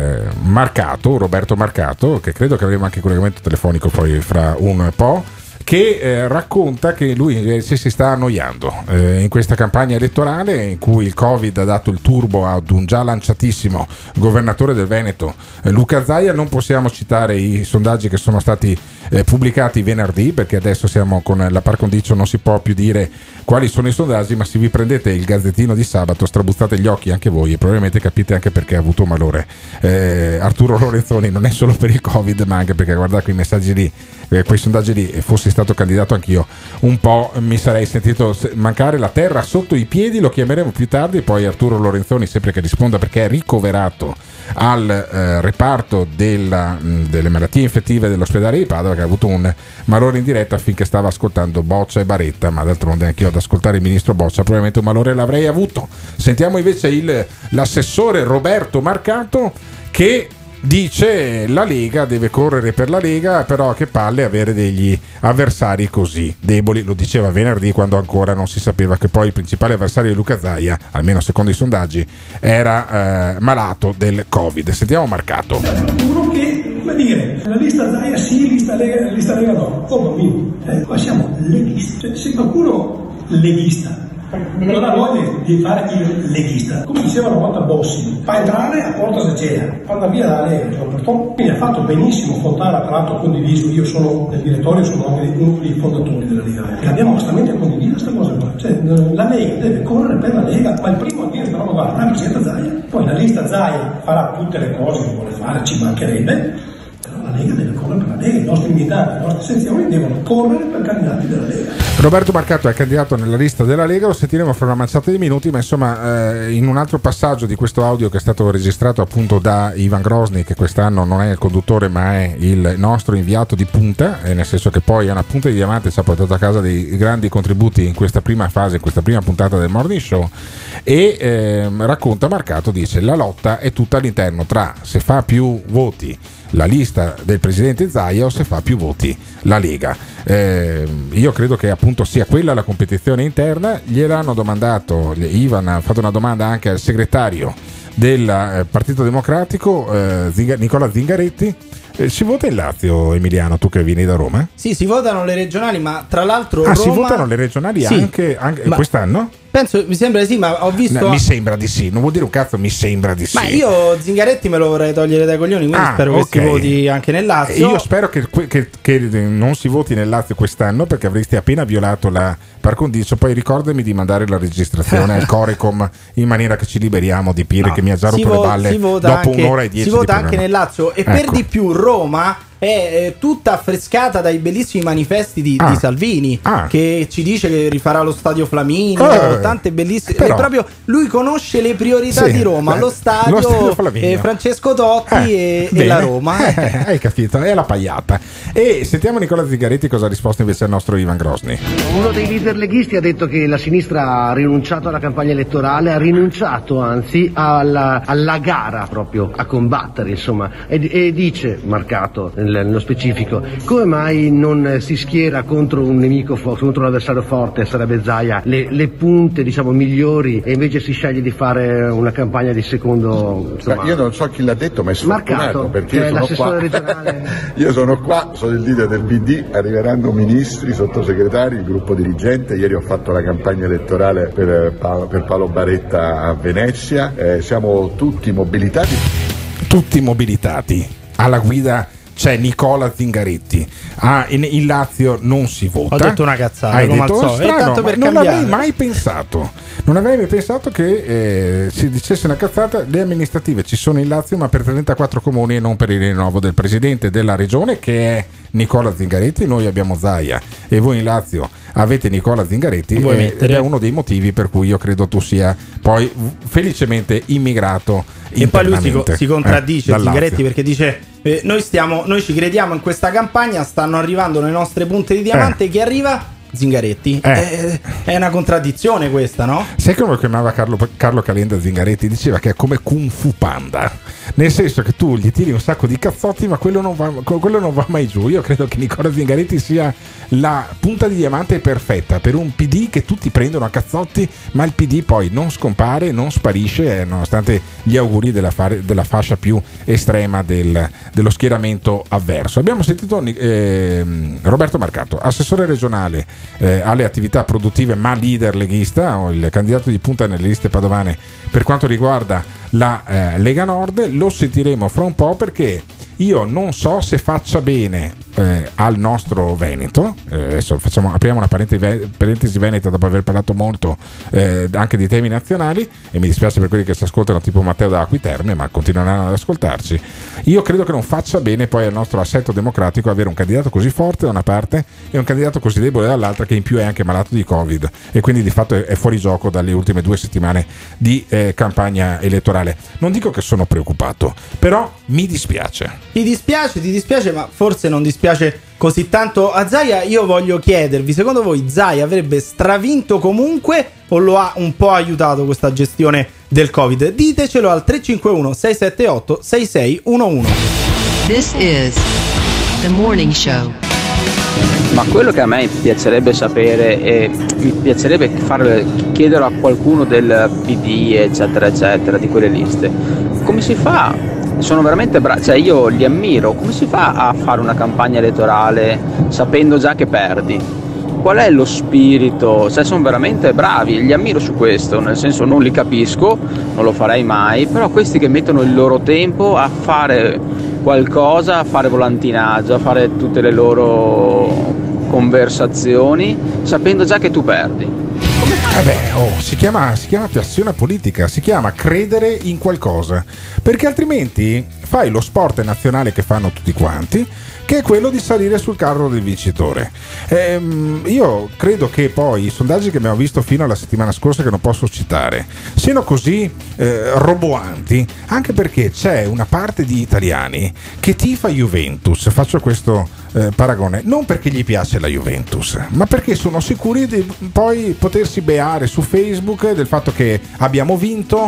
Roberto Marcato, che credo che avremo anche collegamento telefonico poi fra un po', che racconta che lui si sta annoiando in questa campagna elettorale in cui il Covid ha dato il turbo ad un già lanciatissimo governatore del Veneto, Luca Zaia. Non possiamo citare i sondaggi che sono stati pubblicati venerdì, perché adesso siamo con la par condicio, non si può più dire quali sono i sondaggi, ma se vi prendete il Gazzettino di sabato strabuzzate gli occhi anche voi e probabilmente capite anche perché ha avuto malore Arturo Lorenzoni, non è solo per il Covid ma anche perché guardate quei messaggi lì, quei sondaggi lì, e fossi stato candidato anch'io un po' mi sarei sentito mancare la terra sotto i piedi. Lo chiameremo più tardi. Poi Arturo Lorenzoni, sempre che risponda, perché è ricoverato al reparto delle malattie infettive dell'ospedale di Padova, che ha avuto un malore in diretta finché stava ascoltando Boccia e Baretta, ma d'altronde anch'io ad ascoltare il ministro Boccia probabilmente un malore l'avrei avuto. Sentiamo invece l'assessore Roberto Marcato che dice la Lega deve correre per la Lega, però che palle avere degli avversari così deboli. Lo diceva venerdì quando ancora non si sapeva che poi il principale avversario di Luca Zaia, almeno secondo i sondaggi, era malato del Covid. Sentiamo Marcato. Uno che, come dire, la lista Zaia sì, lista Lega no. Oh bambino, qua siamo leghisti. Se qualcuno leghista non ha voglia di fare il leghista, come diceva una volta Bossi, fa entrare a porta Sagea, fa via da Lega. Quindi ha fatto benissimo Fontana, tra l'altro condiviso, io sono nel direttorio, sono anche uno dei fondatori della Lega e abbiamo assolutamente condiviso questa cosa qua, cioè la Lega deve correre per la Lega, ma il primo a dire però guarda, la Zaia, poi la lista Zaia farà tutte le cose che vuole fare, ci mancherebbe, però la Lega deve correre per la Lega, i nostri militanti, le nostre sezioni devono correre per candidati della Lega. Roberto Marcato è candidato nella lista della Lega, lo sentiremo fra una manciata di minuti, ma insomma in un altro passaggio di questo audio che è stato registrato appunto da Ivan Grosny, che quest'anno non è il conduttore ma è il nostro inviato di punta, nel senso che poi è una punta di diamante, ci ha portato a casa dei grandi contributi in questa prima fase, in questa prima puntata del Morning Show, e racconta Marcato, dice: la lotta è tutta all'interno tra se fa più voti la lista del presidente Zaia o se fa più voti la Lega. Io credo che appunto sia quella la competizione interna. Gliel'hanno domandato, Ivan ha fatto una domanda anche al segretario del Partito Democratico, Nicola Zingaretti. Si vota in Lazio, Emiliano, tu che vieni da Roma? Sì, si votano le regionali, ma tra l'altro Roma... si votano le regionali sì, anche quest'anno? Penso, mi sembra di sì, ma ho visto... No, mi sembra di sì, non vuol dire un cazzo, mi sembra di sì. Ma io Zingaretti me lo vorrei togliere dai coglioni, quindi spero che si voti anche nel Lazio. Io spero che non si voti nel Lazio quest'anno, perché avresti appena violato la par condicio. Poi ricordami di mandare la registrazione al Corecom in maniera che ci liberiamo di Pire che mi ha già rotto le balle dopo un'ora e 10 si vota anche nel Lazio e per di più Roma è tutta affrescata dai bellissimi manifesti di Salvini, che ci dice che rifarà lo stadio Flaminio, tante bellissime, però, proprio lui conosce le priorità di Roma, lo stadio Francesco Totti e la Roma. Hai capito, è la pagliata. E sentiamo Nicola Zingaretti cosa ha risposto invece al nostro Ivan Grosny. Uno dei leader leghisti ha detto che la sinistra ha rinunciato alla campagna elettorale, ha rinunciato anzi alla gara proprio a combattere, insomma, e dice, Marcato nello specifico, come mai non si schiera contro un nemico contro un avversario forte, sarebbe Zaia, le punte diciamo migliori, e invece si sceglie di fare una campagna di secondo, insomma. Io non so chi l'ha detto, ma è sfortunato, perché io sono qua regionale. Io sono qua, sono il leader del PD, arriveranno ministri, sottosegretari, il gruppo dirigente. Ieri ho fatto la campagna elettorale per Paolo Baretta a Venezia, siamo tutti mobilitati alla guida. C'è Nicola Zingaretti. In Lazio non si vota. Ho detto una cazzata. Hai detto strano, non avrei mai pensato che si dicesse una cazzata. Le amministrative ci sono in Lazio, ma per 34 comuni e non per il rinnovo del presidente della regione, che è Nicola Zingaretti. Noi abbiamo Zaia e voi in Lazio avete Nicola Zingaretti, ed è uno dei motivi per cui io credo tu sia poi felicemente immigrato. E poi lui si contraddice Zingaretti, perché dice noi ci crediamo in questa campagna, stanno arrivando le nostre punte di diamante, chi arriva? Zingaretti. È una contraddizione questa, no? Sai come lo chiamava Carlo Calenda Zingaretti? Diceva che è come Kung Fu Panda, nel senso che tu gli tiri un sacco di cazzotti ma quello non va mai giù. Io credo che Nicola Zingaretti sia la punta di diamante perfetta per un PD che tutti prendono a cazzotti, ma il PD poi non scompare, non sparisce, nonostante gli auguri della fascia più estrema dello schieramento avverso. Abbiamo sentito Roberto Marcato, assessore regionale alle attività produttive ma leader leghista, o il candidato di punta nelle liste padovane per quanto riguarda la Lega Nord. Lo sentiremo fra un po', perché io non so se faccia bene al nostro Veneto. Adesso apriamo una parentesi veneta dopo aver parlato molto anche di temi nazionali, e mi dispiace per quelli che si ascoltano tipo Matteo da Acqui Terme, ma continueranno ad ascoltarci. Io credo che non faccia bene poi al nostro assetto democratico avere un candidato così forte da una parte e un candidato così debole dall'altra, che in più è anche malato di Covid e quindi di fatto è fuori gioco dalle ultime 2 settimane di campagna elettorale. Non dico che sono preoccupato, però mi dispiace. Ti dispiace, ma forse non dispiace così tanto a Zaia. Io voglio chiedervi, secondo voi Zaia avrebbe stravinto comunque o lo ha un po' aiutato questa gestione del Covid? Ditecelo al 351 678 6611. This is The Morning Show. Ma quello che a me piacerebbe sapere, e mi piacerebbe chiedere a qualcuno del PD eccetera eccetera, di quelle liste, come si fa? Sono veramente bravi, cioè io li ammiro, come si fa a fare una campagna elettorale sapendo già che perdi? Qual è lo spirito? Cioè sono veramente bravi, li ammiro su questo, nel senso non li capisco, non lo farei mai, però questi che mettono il loro tempo a fare qualcosa, a fare volantinaggio, a fare tutte le loro conversazioni sapendo già che tu perdi. Come fai? Si chiama passione politica, si chiama credere in qualcosa, perché altrimenti fai lo sport nazionale che fanno tutti quanti, che è quello di salire sul carro del vincitore. Io credo che poi i sondaggi che abbiamo visto fino alla settimana scorsa, che non posso citare, siano così roboanti, anche perché c'è una parte di italiani che tifa Juventus. Faccio questo paragone non perché gli piace la Juventus, ma perché sono sicuri di poi potersi beare su Facebook del fatto che abbiamo vinto,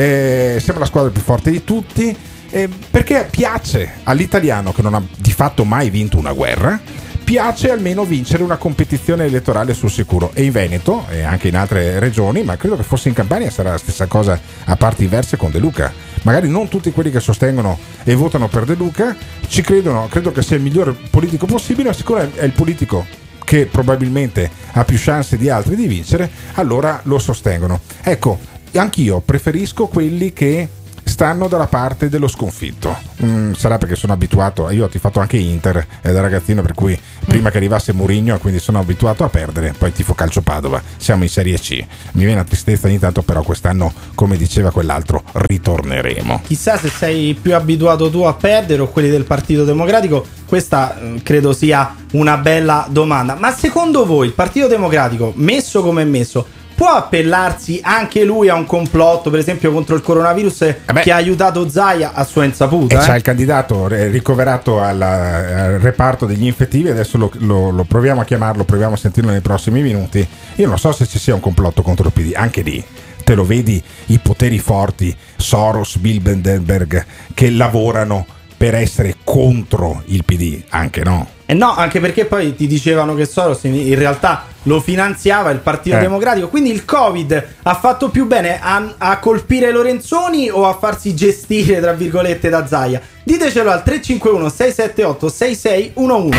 siamo la squadra più forte di tutti, perché piace all'italiano, che non ha di fatto mai vinto una guerra, piace almeno vincere una competizione elettorale sul sicuro. E in Veneto e anche in altre regioni, ma credo che forse in Campania sarà la stessa cosa a parti diverse con De Luca. Magari non tutti quelli che sostengono e votano per De Luca ci credono, credo che sia il migliore politico possibile, ma sicuro è il politico che probabilmente ha più chance di altri di vincere, allora lo sostengono. Ecco, anch'io preferisco quelli che stanno dalla parte dello sconfitto. Sarà perché sono abituato, io ho tifato anche Inter da ragazzino, per cui prima che arrivasse Mourinho, quindi sono abituato a perdere. Poi tifo calcio Padova, siamo in Serie C, mi viene una tristezza ogni tanto, però quest'anno, come diceva quell'altro, ritorneremo. Chissà se sei più abituato tu a perdere o quelli del Partito Democratico. Questa credo sia una bella domanda. Ma secondo voi il Partito Democratico, messo come è messo, può appellarsi anche lui a un complotto, per esempio contro il coronavirus, che ha aiutato Zaia a sua insaputa? C'è il candidato ricoverato al reparto degli infettivi, adesso lo proviamo a chiamarlo, proviamo a sentirlo nei prossimi minuti. Io non so se ci sia un complotto contro il PD, anche lì te lo vedi i poteri forti, Soros, Bilderberg, che lavorano per essere contro il PD, anche no? No, anche perché poi ti dicevano che Soros in realtà lo finanziava il Partito Democratico. Quindi il Covid ha fatto più bene a colpire Lorenzoni o a farsi gestire, tra virgolette, da Zaia? Ditecelo al 351 678 6611.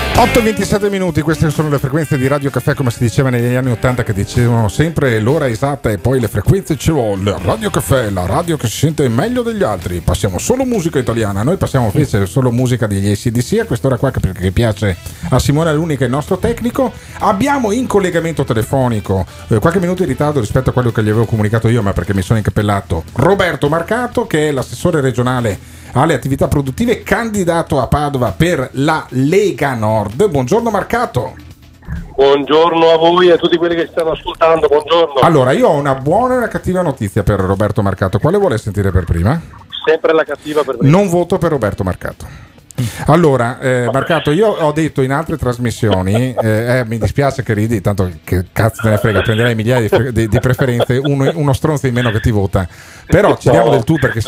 8:27 minuti, queste sono le frequenze di Radio Caffè, come si diceva negli anni 80, che dicevano sempre l'ora esatta e poi le frequenze ci vuole. Radio Caffè, la radio che si sente meglio degli altri. Passiamo solo musica italiana, noi passiamo invece solo musica degli AC/DC a quest'ora qua, perché piace a Simone Aluni, che è il nostro tecnico. Abbiamo in collegamento telefonico, qualche minuto in ritardo rispetto a quello che gli avevo comunicato io, ma perché mi sono incappellato, Roberto Marcato, che è l'assessore regionale alle attività produttive, candidato a Padova per la Lega Nord. Buongiorno Marcato. Buongiorno a voi e a tutti quelli che stanno ascoltando, buongiorno. Allora, io ho una buona e una cattiva notizia per Roberto Marcato. Quale vuole sentire per prima? Sempre la cattiva per prima. Non voto per Roberto Marcato. Allora, Marcato, io ho detto in altre trasmissioni, mi dispiace che ridi, tanto che cazzo te ne frega, prenderai migliaia di preferenze, uno stronzo in meno che ti vota, però ci diamo del tu, perché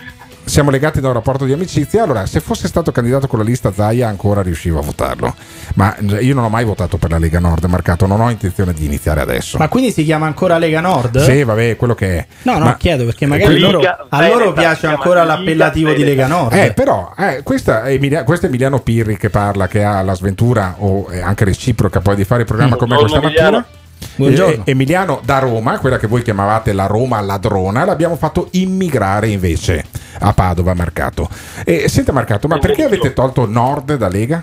siamo legati da un rapporto di amicizia. Allora, se fosse stato candidato con la lista Zaia ancora riuscivo a votarlo, ma io non ho mai votato per la Lega Nord, Marcato, non ho intenzione di iniziare adesso. Ma quindi si chiama ancora Lega Nord? Sì, vabbè, quello che è. No, chiedo perché magari a loro piace ancora l'appellativo di Lega Nord. Però questo è Emiliano Pirri che parla, che ha la sventura o anche reciproca poi di fare il programma con me questa mattina. Buongiorno. Emiliano da Roma, quella che voi chiamavate la Roma ladrona, l'abbiamo fatto immigrare invece a Padova, Marcato. Senta Marcato, ma perché avete tolto Nord da Lega?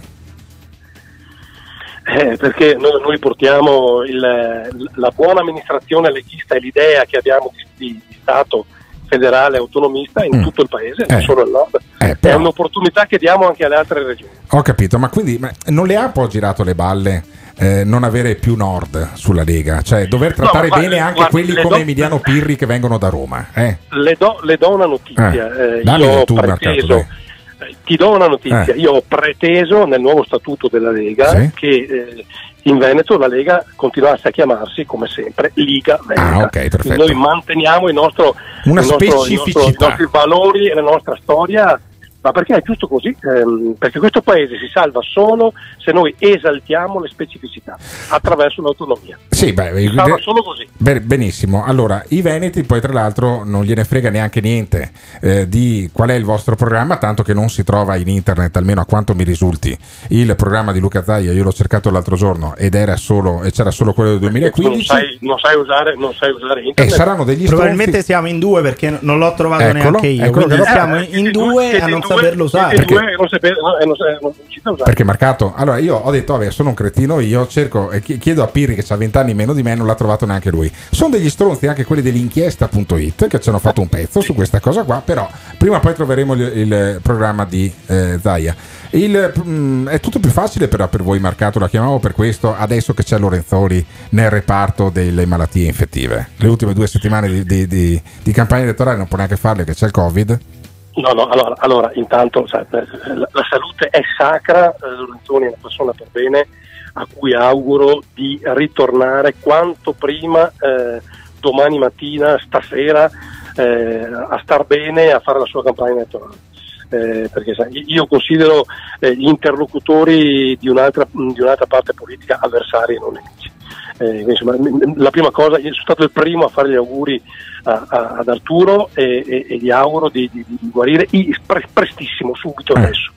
Perché noi portiamo la buona amministrazione leghista e l'idea che abbiamo di Stato federale autonomista in tutto il paese, non solo al nord. È un'opportunità che diamo anche alle altre regioni. Ho capito, ma quindi non le ha un po' girato le balle non avere più Nord sulla Lega, cioè dover trattare bene anche quelli come Emiliano Pirri che vengono da Roma? Le do una notizia. Io tu, Marcato, ti do una notizia. Io ho preteso nel nuovo statuto della Lega che in Veneto la Lega continuasse a chiamarsi come sempre Liga Veneta. Okay, perfetto. Noi manteniamo i nostri valori e la nostra storia. Ma perché è giusto così? Perché questo paese si salva solo se noi esaltiamo le specificità attraverso l'autonomia. Sì, salva solo così. Benissimo. Allora, i veneti poi tra l'altro non gliene frega neanche niente di qual è il vostro programma, tanto che non si trova in internet, almeno a quanto mi risulti, il programma di Luca Zaia. Io l'ho cercato l'altro giorno ed c'era solo quello del 2015. Non sai usare internet. Saranno degli probabilmente siamo in due, perché non l'ho trovato neanche io. Quindi siamo in due a non sapere saperlo usare. Perché Marcato, allora io ho detto, vabbè, sono un cretino, io cerco e chiedo a Pirri che ha 20 anni meno di me, non l'ha trovato neanche lui. Sono degli stronzi anche quelli dell'inchiesta.it che ci hanno fatto un pezzo su questa cosa qua, però prima o poi troveremo il programma di Zaia. È tutto più facile però per voi, Marcato, la chiamavo per questo, adesso che c'è Lorenzoni nel reparto delle malattie infettive. Le ultime 2 settimane di campagna elettorale non può neanche farle, che c'è il Covid. No, allora intanto la salute è sacra. Lorenzoni è una persona per bene a cui auguro di ritornare quanto prima, domani mattina, stasera, a star bene, a fare la sua campagna elettorale. Perché io considero gli interlocutori di un'altra parte politica avversari e non nemici. Insomma, la prima cosa, io sono stato il primo a fare gli auguri ad Arturo e gli auguro di guarire prestissimo, subito adesso.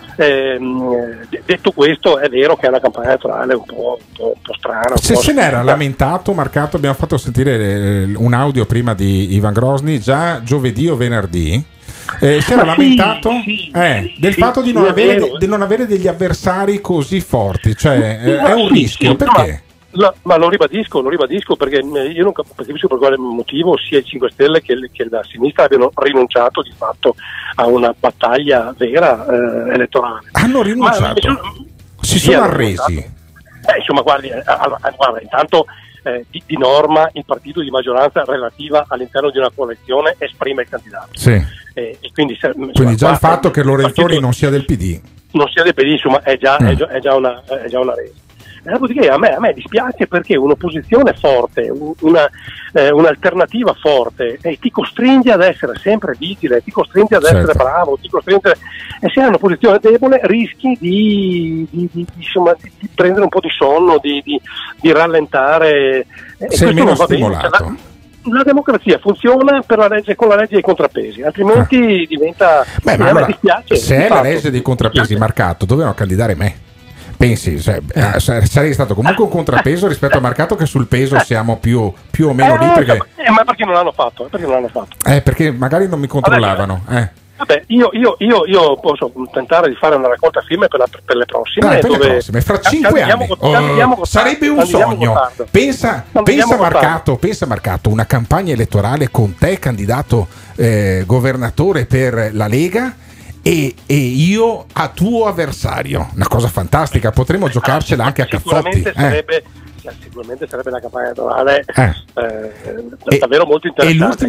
Detto questo, è vero che è una campagna elettorale un po' strana. Se ne era lamentato, Marcato, abbiamo fatto sentire un audio prima di Ivan Grosny, già giovedì o venerdì. Si era lamentato del fatto di non avere degli avversari così forti, cioè è un rischio, perché? Ma lo ribadisco perché io non capisco per quale motivo sia i 5 Stelle che la sinistra abbiano rinunciato di fatto a una battaglia vera elettorale. Hanno rinunciato? Si sono arresi? Insomma, guarda, intanto di norma il partito di maggioranza relativa all'interno di una coalizione esprime il candidato. Sì. Quindi già il fatto che Lorenzoni non sia del PD. Non sia del PD, insomma, è già una resa. Dopodiché a me dispiace perché un'opposizione forte, un'alternativa forte ti costringe ad essere sempre vigile, ti costringe ad essere bravo, e se hai un'opposizione debole rischi di prendere un po' di sonno, di rallentare. Sei meno stimolato. La democrazia funziona con la legge dei contrappesi, altrimenti diventa. Allora, dispiace. Se è la legge dei contrappesi, Marcato, dovevano candidare me. Pensi, sarei stato comunque un contrappeso rispetto a Marcato, che sul peso siamo più o meno lì. Ma perché non l'hanno fatto? Perché magari non mi controllavano. Vabbè, io posso tentare di fare una raccolta firme per le prossime. Fra 5 anni sarebbe un sogno. Pensa Marcato, una campagna elettorale con te candidato governatore per la Lega e io a tuo avversario, una cosa fantastica, potremmo giocarcela anche a cazzotti. Sicuramente sarebbe una campagna elettorale davvero molto interessante.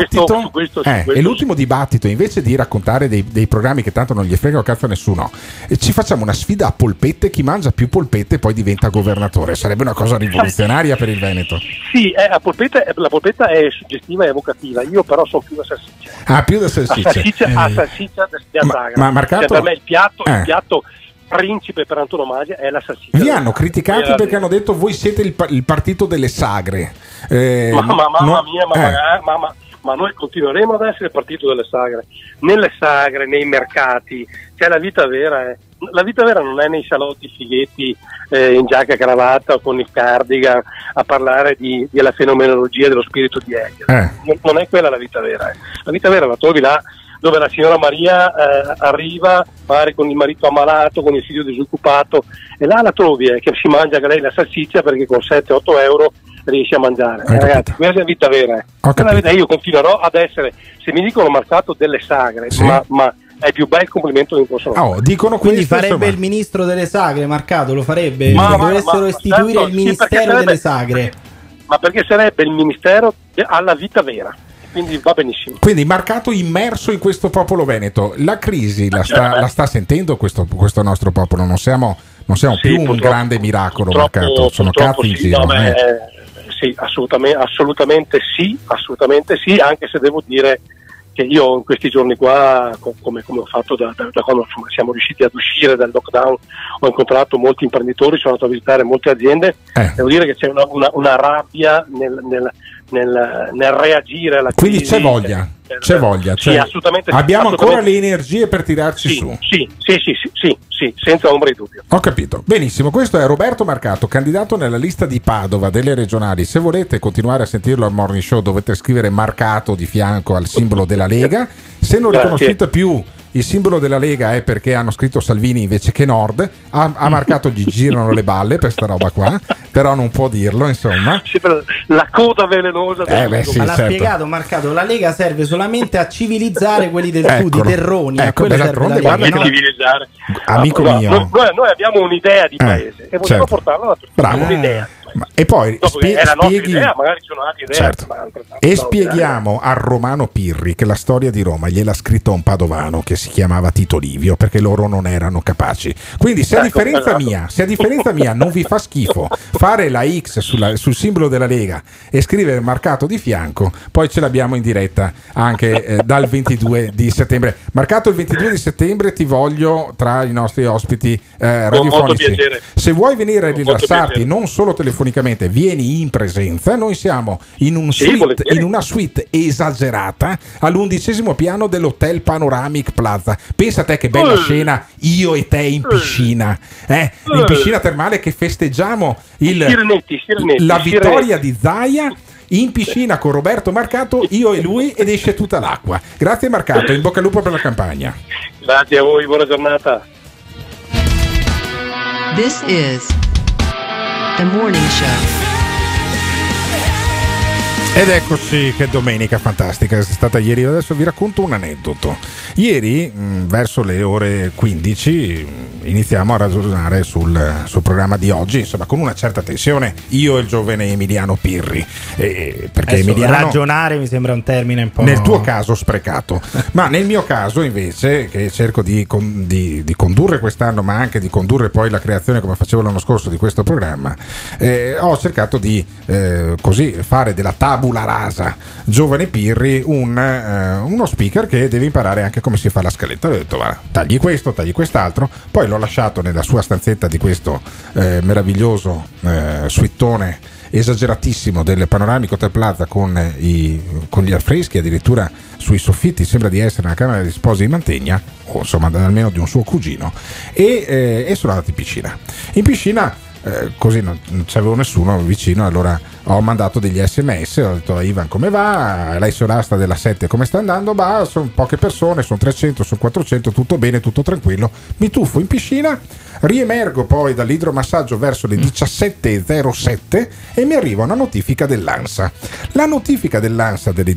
E l'ultimo dibattito, invece di raccontare dei programmi che tanto non gli frega o cazzo a nessuno, ci facciamo una sfida a polpette, chi mangia più polpette poi diventa governatore. Sarebbe una cosa rivoluzionaria per il Veneto. Sì, la polpetta è suggestiva e evocativa, io però sono più da salsiccia. Più da salsiccia. A salsiccia da Sagra. Ma Marcato, per me il piatto principe per antonomasia è la salsiccia. Vi hanno criticati perché hanno detto voi siete il partito delle sagre. Ma noi continueremo ad essere il partito delle sagre. Nelle sagre, nei mercati, c'è la vita vera. La vita vera non è nei salotti fighetti in giacca e cravatta o con il cardigan a parlare della fenomenologia dello spirito di Hegel. Non è quella la vita vera. La vita vera la trovi là dove la signora Maria arriva magari con il marito ammalato, con il figlio disoccupato, e là la trovi che si mangia lei la salsiccia perché con 7-8 euro riesce a mangiare. Ragazzi, questa è la vita vera. Io continuerò ad essere, se mi dicono Marcato delle sagre, ma è il più bel complimento che mi possono fare. Dicono quindi farebbe il ministro delle sagre, Marcato lo farebbe, dovessero istituire il ministero delle sagre. Ma perché sarebbe il ministero alla vita vera. Quindi va benissimo. Quindi Marcato immerso in questo popolo veneto. La crisi la sta sentendo questo nostro popolo. Non siamo più un grande miracolo, Marcato. Sono cazzi in giro. Sì, assolutamente sì, anche se devo dire che io in questi giorni qua, come ho fatto da quando siamo riusciti ad uscire dal lockdown, ho incontrato molti imprenditori, sono andato a visitare molte aziende. Devo dire che c'è una rabbia nel reagire alla crisi. Quindi c'è voglia. Sì, assolutamente. Abbiamo ancora le energie per tirarci su. Sì, senza ombra di dubbio. Ho capito. Benissimo, questo è Roberto Marcato, candidato nella lista di Padova delle regionali. Se volete continuare a sentirlo al Morning Show dovete scrivere Marcato di fianco al simbolo della Lega. Se non riconoscete più il simbolo della Lega è perché hanno scritto Salvini invece che Nord, ha marcato gli girano le balle per sta roba qua, però non può dirlo, insomma. Sì, la coda velenosa sì, ma l'ha certo. spiegato Marcato, la Lega serve solamente a civilizzare quelli del sud, i terroni, d'altronde guarda che civilizzare. Amico mio, noi abbiamo un'idea di paese e vogliamo portarla alla persona, un'idea. E poi è la nostra idea, magari sono altre idee. Certo. E spieghiamo a Romano Pirri che la storia di Roma gliel'ha scritta un padovano che si chiamava Tito Livio, perché loro non erano capaci. Quindi se a differenza mia non vi fa schifo fare la X sul simbolo della Lega e scrivere Marcato di fianco, poi ce l'abbiamo in diretta anche dal 22 di settembre. Marcato, il 22 di settembre ti voglio tra i nostri ospiti radiofonici. Se vuoi venire a rilassarti, non solo telefonicamente, vieni in presenza. Noi siamo in una suite esagerata all'11° piano dell'Hotel Panoramic Plaza. Pensa a te che bella scena, io e te in piscina, in piscina termale, che festeggiamo la vittoria di Zaia in piscina con Roberto Marcato, io e lui, ed esce tutta l'acqua. Grazie Marcato, in bocca al lupo per la campagna. Grazie a voi, buona giornata. This is The Morning Show. Ed eccoci, che domenica fantastica è stata ieri. Adesso vi racconto un aneddoto. Ieri, verso le ore 15, iniziamo a ragionare sul programma di oggi, insomma, con una certa tensione, io e il giovane Emiliano Pirri. Perché Emiliano, ragionare mi sembra un termine un po'... Nel tuo caso sprecato, ma nel mio caso invece, che cerco di condurre quest'anno, ma anche di condurre poi la creazione, come facevo l'anno scorso, di questo programma, ho cercato di così fare della tabula rasa giovane Pirri uno speaker che deve imparare anche come si fa la scaletta. Ho detto, va, tagli questo, tagli quest'altro. Poi l'ho lasciato nella sua stanzetta di questo meraviglioso suittone esageratissimo del Panoramic Hotel Plaza con gli affreschi addirittura sui soffitti. Sembra di essere una camera di sposi di Mantegna, o insomma almeno di un suo cugino, e sono andato in piscina. Così non c'avevo nessuno vicino, allora ho mandato degli sms, ho detto: Ivan, come va? Lei sorasta della 7 come sta andando? Sono poche persone, sono 300, sono 400, tutto bene, tutto tranquillo. Mi tuffo in piscina, riemergo poi dall'idromassaggio verso le 17.07 e mi arriva una notifica dell'ANSA. La notifica dell'ANSA delle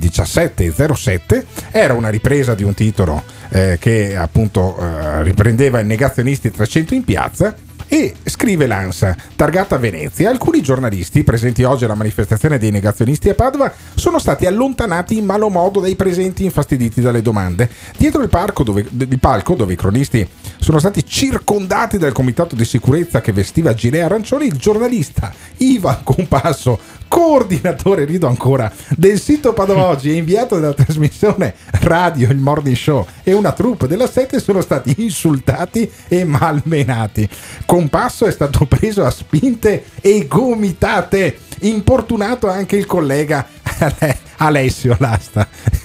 17.07 era una ripresa di un titolo che appunto riprendeva i negazionisti 300 in piazza. E scrive l'ANSA, targata Venezia: alcuni giornalisti presenti oggi alla manifestazione dei negazionisti a Padova sono stati allontanati in malo modo dai presenti, infastiditi dalle domande. Dietro il palco dove i cronisti sono stati circondati dal comitato di sicurezza che vestiva gilet arancione, il giornalista Ivan Compasso, coordinatore, rido ancora, del sito Padova Oggi e inviato della trasmissione radio Il Morning Show, e una troupe della 7 sono stati insultati e malmenati. Compasso è stato preso a spinte e gomitate, importunato anche il collega Alessio Lasta.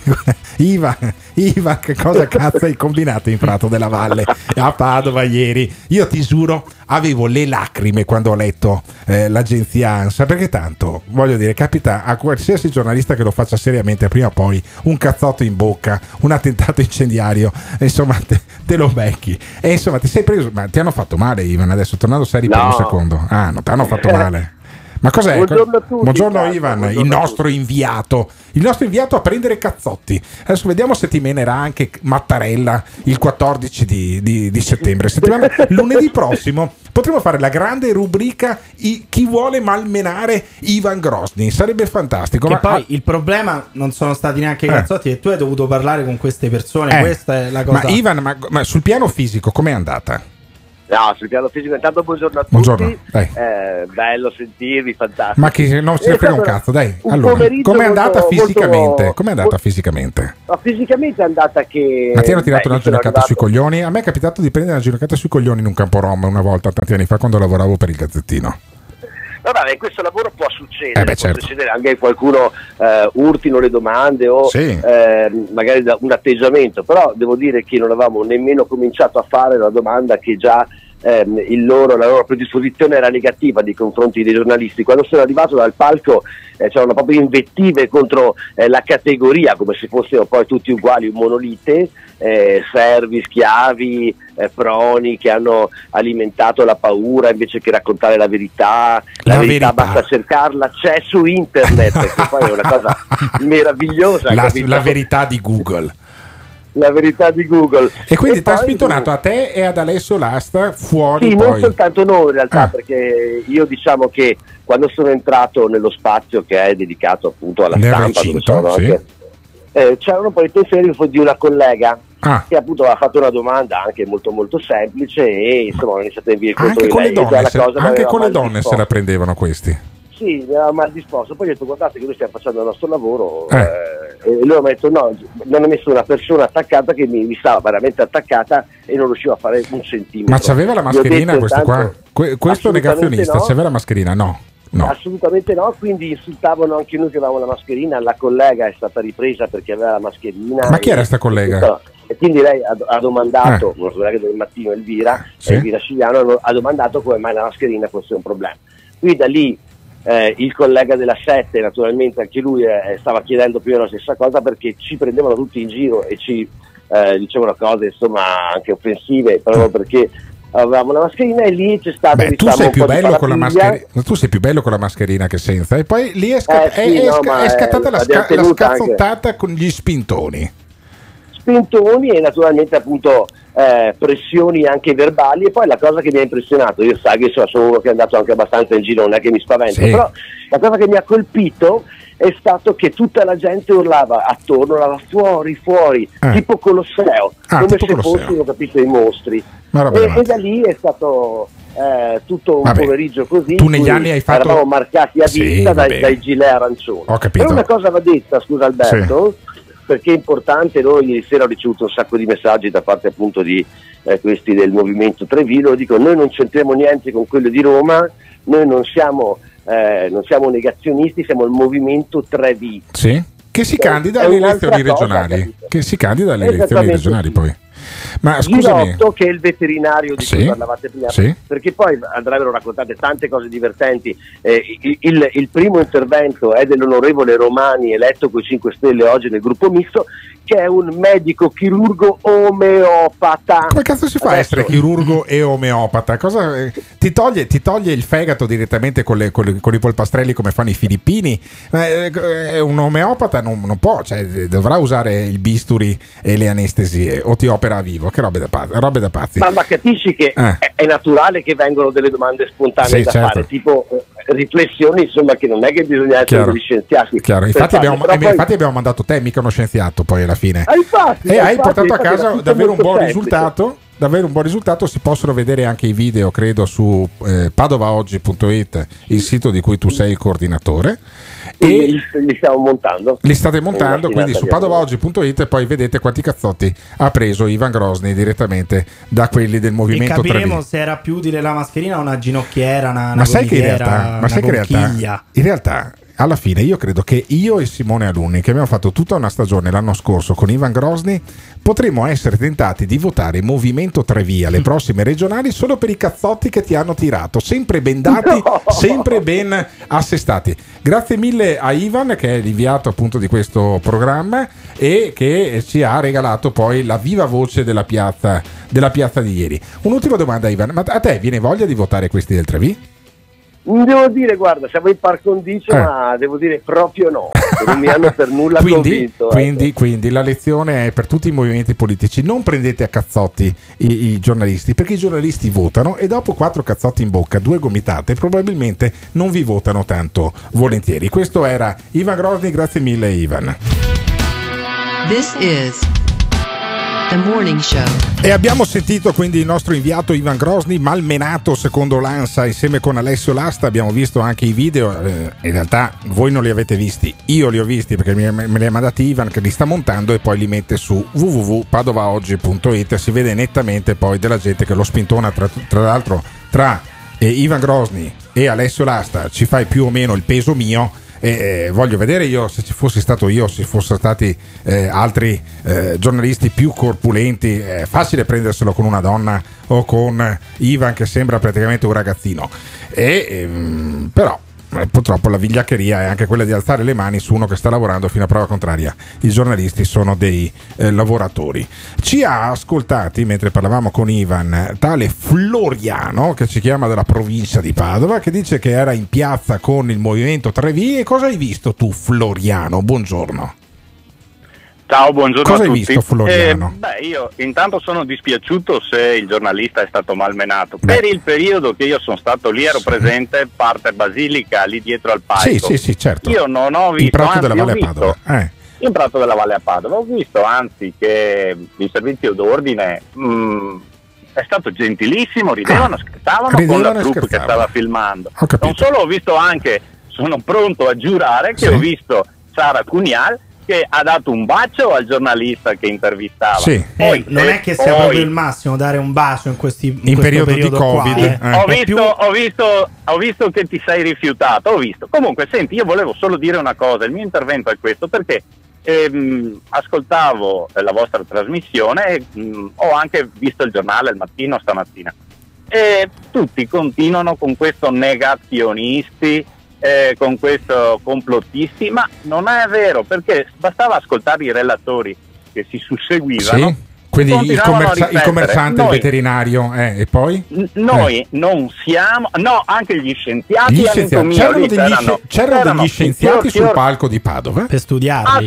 Ivan, che cosa cazzo hai combinato in Prato della Valle a Padova ieri? Io ti giuro, avevo le lacrime quando ho letto l'agenzia ANSA, perché tanto, voglio dire, capita a qualsiasi giornalista che lo faccia seriamente, prima o poi un cazzotto in bocca, un attentato incendiario, insomma te lo becchi. E insomma ti sei preso, ma ti hanno fatto male, Ivan, adesso tornando seri per un secondo. Non ti hanno fatto male? Ma cos'è? Buongiorno a tutti. Buongiorno Ivan, il nostro inviato a prendere cazzotti. Adesso vediamo se ti menerà anche Mattarella il 14 di settembre. Lunedì prossimo potremo fare la grande rubrica chi vuole malmenare Ivan Grosny. Sarebbe fantastico. Che poi il problema non sono stati neanche i cazzotti, e tu hai dovuto parlare con queste persone. Questa è la cosa. Ma Ivan, ma sul piano fisico com'è andata? No, sul piano fisico, intanto buongiorno a tutti. Buongiorno, bello sentirvi, fantastico. Ma che non ce ne frega un cazzo, dai. Allora, com'è andata fisicamente? Com'è andata fisicamente? No, fisicamente è andata che... Ma ti hanno tirato una giocata sui coglioni? A me è capitato di prendere una giocata sui coglioni in un campo rom una volta, tanti anni fa, quando lavoravo per il Gazzettino. Vabbè, in questo lavoro può succedere, certo. Succedere anche che qualcuno urtino le domande o magari da un atteggiamento, però devo dire che non avevamo nemmeno cominciato a fare la domanda che già la loro predisposizione era negativa nei confronti dei giornalisti. Quando sono arrivato dal palco c'erano proprio invettive contro la categoria, come se fossero poi tutti uguali, un monolite, servi, schiavi, proni che hanno alimentato la paura invece che raccontare la verità. La verità basta cercarla, c'è su internet, che poi è una cosa meravigliosa. La verità di Google. La verità di Google. E quindi ti ha spintonato a te e ad Alessio Lasta fuori? Sì, poi. Non soltanto noi in realtà, perché io diciamo che quando sono entrato nello spazio che è dedicato appunto alla stampa, c'erano poi i pensieri di una collega che appunto ha fatto una domanda anche molto molto semplice e insomma ho iniziato a inviare anche con le donne se la prendevano questi. Sì, mi aveva mal disposto, poi ho detto guardate che noi stiamo facendo il nostro lavoro e lui mi ha detto no, non ho messo una persona attaccata che mi stava veramente attaccata e non riusciva a fare un centimetro. Ma c'aveva la mascherina questo qua? Questo negazionista c'aveva la mascherina? No. Assolutamente no, quindi insultavano anche noi che avevamo la mascherina, la collega è stata ripresa perché aveva la mascherina. Ma chi era sta collega? E quindi lei ha domandato, una collega del mattino, Elvira Scigliano, ha domandato come mai la mascherina fosse un problema. Qui da lì il collega della 7 naturalmente anche lui stava chiedendo più o meno la stessa cosa, perché ci prendevano tutti in giro e ci dicevano cose insomma anche offensive proprio perché avevamo la mascherina, e lì c'è stato tu sei più bello con la mascherina, tu sei più bello con la mascherina che senza, e poi lì è scattata la scazzottata con gli spintoni e naturalmente appunto pressioni anche verbali. E poi la cosa che mi ha impressionato, io sai che sono uno che è andato anche abbastanza in giro, non è che mi spavento, però la cosa che mi ha colpito è stato che tutta la gente urlava attorno, urlava fuori, tipo Colosseo, come se fossero, capito, i mostri. E da lì è stato tutto un pomeriggio così. Tu negli anni hai fatto, eravamo marcati a vista dai gilet arancioni. Ho capito. Però una cosa va detta, scusa Alberto, perché è importante. Noi ieri sera ho ricevuto un sacco di messaggi da parte appunto di questi del movimento Trevi. Lo dico, noi non c'entriamo niente con quello di Roma, noi non siamo negazionisti, siamo il movimento Trevi, che si candida alle elezioni regionali, poi. Ma scusami, Girotto, che è il veterinario di cui parlavate prima, perché poi andrebbero raccontate tante cose divertenti. Il primo intervento è dell'onorevole Romani, eletto con i 5 Stelle oggi nel gruppo misto, che è un medico chirurgo omeopata. Come cazzo si fa a essere chirurgo e omeopata? Cosa ti toglie il fegato direttamente con i polpastrelli come fanno i filippini? Un omeopata non può, cioè, dovrà usare il bisturi e le anestesie, o ti opera a vivo. Che robe da pazzi. Ma capisci che è naturale che vengono delle domande spontanee da fare, tipo riflessioni, insomma, che non è che bisogna essere degli scienziati. Chiaro. Infatti abbiamo mandato te, mica uno scienziato, poi alla fine. Hai portato a casa davvero un buon risultato. Davvero un buon risultato. Si possono vedere anche i video, credo, su padovaoggi.it, il sito di cui tu sei il coordinatore. E li stiamo montando. Li state montando, quindi su padovaoggi.it poi vedete quanti cazzotti ha preso Ivan Grosny direttamente da quelli del movimento Trevi. E capiremo se era più utile la mascherina o una ginocchiera, una in realtà alla fine io credo che io e Simone Alunni, che abbiamo fatto tutta una stagione l'anno scorso con Ivan Grosny, potremmo essere tentati di votare Movimento Trevi alle prossime regionali solo per i cazzotti che ti hanno tirato, sempre ben dati, sempre ben assestati. Grazie mille a Ivan, che è l'inviato appunto di questo programma e che ci ha regalato poi la viva voce della piazza di ieri. Un'ultima domanda, Ivan, ma a te viene voglia di votare questi del Trevi? Devo dire, guarda, siamo in par condicio, ma devo dire proprio no, non mi hanno per nulla convinto. Quindi la lezione è per tutti i movimenti politici: non prendete a cazzotti i giornalisti, perché i giornalisti votano e dopo 4 cazzotti in bocca, 2 gomitate, probabilmente non vi votano tanto volentieri. Questo era Ivan Grosny, grazie mille Ivan. This is The Morning Show. E abbiamo sentito quindi il nostro inviato Ivan Grosny malmenato secondo l'ANSA insieme con Alessio Lasta. Abbiamo visto anche i video, in realtà voi non li avete visti, io li ho visti perché me li ha mandati Ivan, che li sta montando e poi li mette su www.padovaoggi.it. Si vede nettamente poi della gente che lo spintona, tra l'altro tra Ivan Grosny e Alessio Lasta ci fai più o meno il peso mio. voglio vedere io, se ci fossi stato io, se fossero stati altri giornalisti più corpulenti, è facile prenderselo con una donna o con Ivan che sembra praticamente un ragazzino, però purtroppo la vigliaccheria è anche quella di alzare le mani su uno che sta lavorando fino a prova contraria. I giornalisti sono dei lavoratori. Ci ha ascoltati mentre parlavamo con Ivan tale Floriano, che ci chiama dalla provincia di Padova, che dice che era in piazza con il movimento Tre Vie. Cosa hai visto tu, Floriano? Buongiorno. Ciao, buongiorno Cosa a tutti. Hai visto, Floriano? Io intanto sono dispiaciuto se il giornalista è stato malmenato. Per il periodo che io sono stato lì, ero presente, parte Basilica, lì dietro al palco. Sì, certo. Io non ho visto... Il Prato della Valle a Padova. In Prato della Valle a Padova. Ho visto anzi che il servizio d'ordine è stato gentilissimo, ridevano, scherzavano con la troupe che stava filmando. Non solo, ho visto anche, sono pronto a giurare, che ho visto Sara Cunial che ha dato un bacio al giornalista che intervistava. Poi, non è che sia proprio il massimo dare un bacio in questo periodo di Covid. Ho visto che ti sei rifiutato. Comunque, senti, io volevo solo dire una cosa. Il mio intervento è questo perché ascoltavo la vostra trasmissione e ho anche visto il giornale il mattino stamattina e tutti continuano con questo negazionisti, con questo complottisti, ma non è vero, perché bastava ascoltare i relatori che si susseguivano. Quindi il commerciante, il veterinario, e poi? Noi non siamo, anche gli scienziati. C'erano degli scienziati sul palco di Padova per studiarli.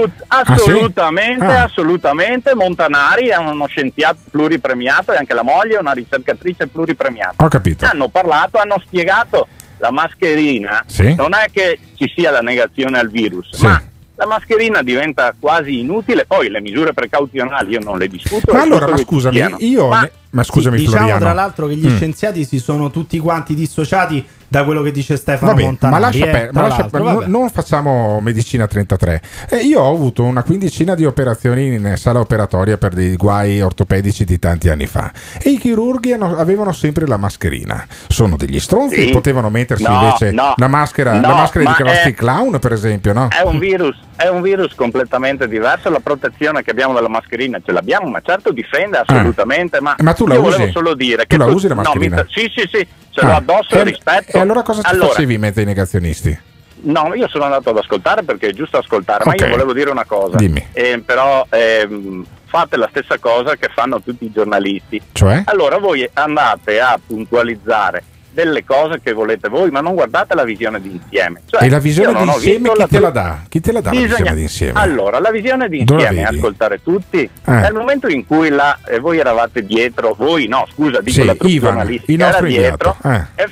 Assolutamente. Montanari è uno scienziato pluripremiato e anche la moglie è una ricercatrice pluripremiata. Ho capito. Hanno parlato, hanno spiegato. La mascherina non è che ci sia la negazione al virus, ma la mascherina diventa quasi inutile. Poi le misure precauzionali io non le discuto. Ma allora, ma scusami, scusami, diciamo Floriano. Tra l'altro che gli scienziati si sono tutti quanti dissociati da quello che dice Stefano Montanari. Ma lascia non facciamo medicina 33. Io ho avuto una quindicina di operazioni in sala operatoria per dei guai ortopedici di tanti anni fa e i chirurghi avevano sempre la mascherina. Sono degli stronzi, potevano mettersi invece la maschera di Krusty Clown, per esempio, no? È un virus completamente diverso. La protezione che abbiamo dalla mascherina ce l'abbiamo, ma certo difende assolutamente. Ma tu la io usi? volevo solo dire tu la usi la mascherina? Sì, ce l'ho addosso e rispetto. E allora cosa ci facevi in mezzo ai negazionisti? No, io sono andato ad ascoltare perché è giusto ascoltare, ma io volevo dire una cosa. Dimmi. Però fate la stessa cosa che fanno tutti i giornalisti. Cioè? Allora voi andate a puntualizzare delle cose che volete voi, ma non guardate la visione d'insieme. E la visione d'insieme chi te la dà? Chi te la dà la visione d'insieme? Allora, la visione d'insieme è ascoltare tutti. Nel momento in cui voi eravate dietro, la troupe giornalistica era dietro e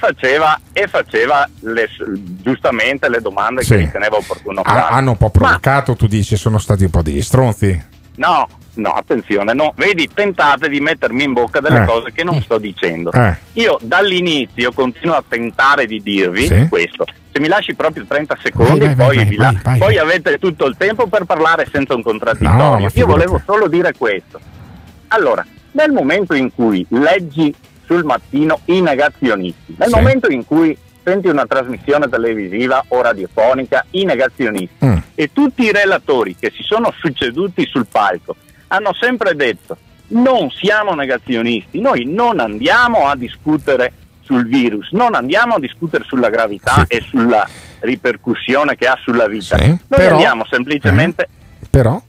faceva giustamente le domande che riteneva opportuno fare. Hanno un po' provocato, tu dici, sono stati un po' degli stronzi? No, attenzione, vedi, tentate di mettermi in bocca delle cose che non sto dicendo. Io dall'inizio continuo a tentare di dirvi questo. Se mi lasci proprio 30 secondi, poi avete tutto il tempo per parlare senza un contraddittorio. Io volevo solo dire questo. Allora, nel momento in cui leggi sul mattino i negazionisti, nel momento in cui senti una trasmissione televisiva o radiofonica, i negazionisti e tutti i relatori che si sono succeduti sul palco hanno sempre detto: non siamo negazionisti, noi non andiamo a discutere sul virus, non andiamo a discutere sulla gravità e sulla ripercussione che ha sulla vita, noi andiamo semplicemente però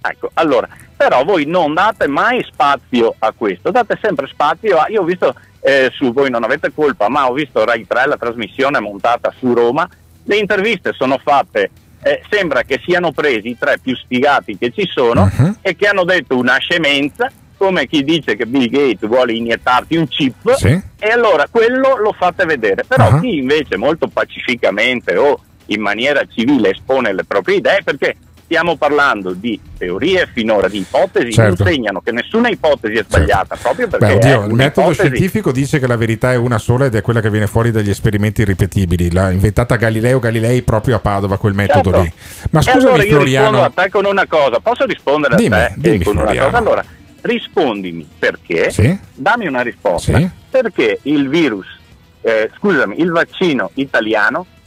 voi non date mai spazio a questo, date sempre spazio a... Io ho visto su Voi Non Avete Colpa, ma ho visto Rai 3, la trasmissione montata su Roma, le interviste sono fatte, sembra che siano presi i tre più sfigati che ci sono e che hanno detto una scemenza, come chi dice che Bill Gates vuole iniettarti un chip, e allora quello lo fate vedere. Però chi invece molto pacificamente o in maniera civile espone le proprie idee, perché stiamo parlando di teorie finora, di ipotesi, insegnano che nessuna ipotesi è sbagliata, proprio perché il metodo scientifico dice che la verità è una sola ed è quella che viene fuori dagli esperimenti ripetibili. L'ha inventata Galileo Galilei proprio a Padova, quel metodo lì. Ma scusami, allora io Floriano, rispondo a te con una cosa, posso rispondere a te dimmi, con Floriano. una cosa? Allora, rispondimi perché, dammi una risposta, perché il virus, il vaccino italiano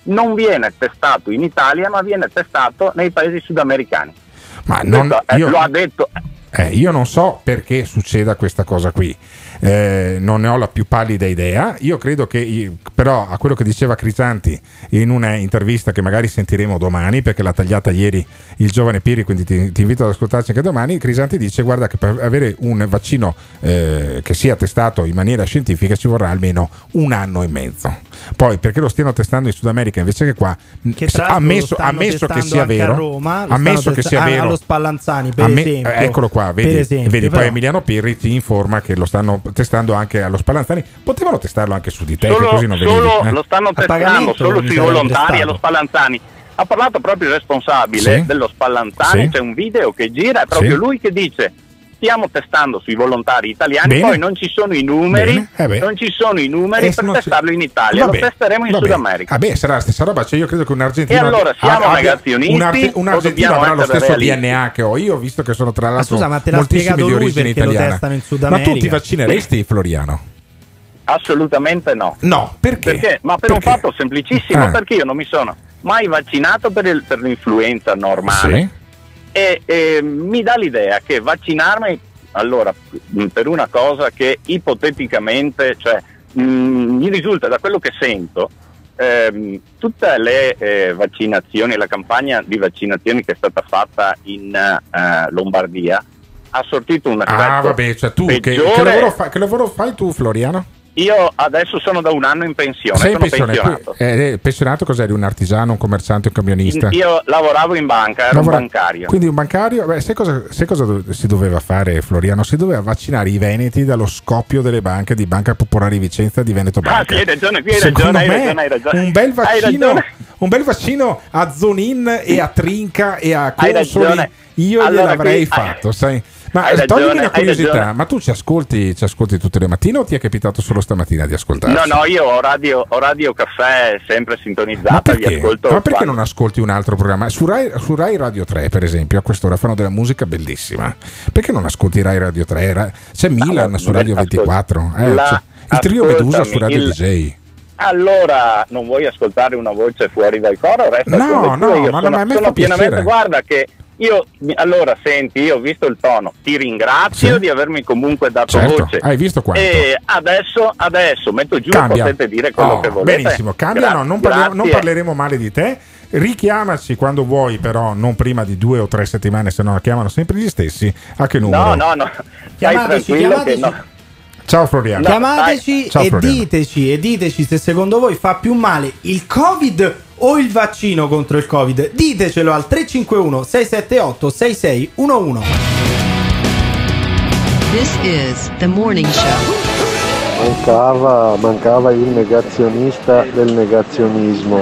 non viene testato in Italia, ma viene testato nei paesi sudamericani. Ma lo ha detto. Io non so perché succeda questa cosa qui, non ne ho la più pallida idea. Io credo che, però, a quello che diceva Crisanti in una intervista che magari sentiremo domani, perché l'ha tagliata ieri il giovane Pirri, quindi ti invito ad ascoltarci anche domani. Crisanti dice: guarda che per avere un vaccino che sia testato in maniera scientifica ci vorrà almeno 1 anno e mezzo. Poi perché lo stiano testando in Sud America invece che qua, ammesso che sia vero, a Roma, ammesso che sia vero, allo Spallanzani per esempio, eccolo qua, vedi, esempio, poi Emiliano Pirri ti informa che lo stanno testando anche allo Spallanzani. Potevano testarlo anche su di te, solo, così non venivi, lo stanno testando solo sui volontari allo Spallanzani. Ha parlato proprio il responsabile dello Spallanzani, c'è un video che gira, è proprio lui che dice: stiamo testando sui volontari italiani, poi non ci sono i numeri, non ci sono i numeri per testarlo in Italia, lo testeremo in Sud America. Sarà la stessa roba, cioè io credo che un argentino, e allora siamo negazionisti, un argentino avrà lo stesso DNA che ho io, visto che sono tra l'altro moltissimi di origine italiana. Ma tu ti vaccineresti, Floriano? Assolutamente no. No, perché? Ma per un fatto semplicissimo, perché io non mi sono mai vaccinato per l'influenza normale. E mi dà l'idea che vaccinarmi, allora, per una cosa che ipoteticamente, cioè mi risulta da quello che sento, tutte le vaccinazioni, la campagna di vaccinazioni che è stata fatta in Lombardia ha sortito un effetto cioè tu che lavoro fai tu, Floriano? Io adesso sono da 1 anno in pensione. Sei in pensionato. Pensionato cos'eri? Un artigiano, un commerciante, un camionista? Io lavoravo in banca, ero un bancario. Quindi un bancario, sai cosa si doveva fare, Floriano? Si doveva vaccinare i veneti dallo scoppio delle banche di Banca Popolare di Vicenza e di Veneto Banca. Sì, hai ragione. Un bel vaccino a Zonin e a Trinca e a Consoli. Io gliel'avrei fatto, sai? Ma toglimi una curiosità, ma tu ci ascolti tutte le mattine o ti è capitato solo stamattina di ascoltarci? No, io ho radio Caffè sempre sintonizzata. Ma perché non ascolti un altro programma? Su Rai Radio 3, per esempio, a quest'ora fanno della musica bellissima. Perché non ascolti Rai Radio 3? C'è Milan su Radio 24, il trio Medusa su Radio DJ. Allora, non vuoi ascoltare una voce fuori dal coro? No, ma a me fa piacere. Guarda che allora senti, io ho visto il tono, ti ringrazio di avermi comunque dato voce. Hai visto quanto? E adesso metto giù, potete dire quello che volete. Benissimo, cambia, non parleremo male di te. Richiamaci quando vuoi, però non prima di 2 o 3 settimane, se no chiamano sempre gli stessi. A che numero? No. Chiamateci. Che no. Ciao Floriano. Chiamateci e diteci se secondo voi fa più male il Covid o il vaccino contro il Covid. Ditecelo al 351 678 6611. This is the morning show. Mancava il negazionista del negazionismo.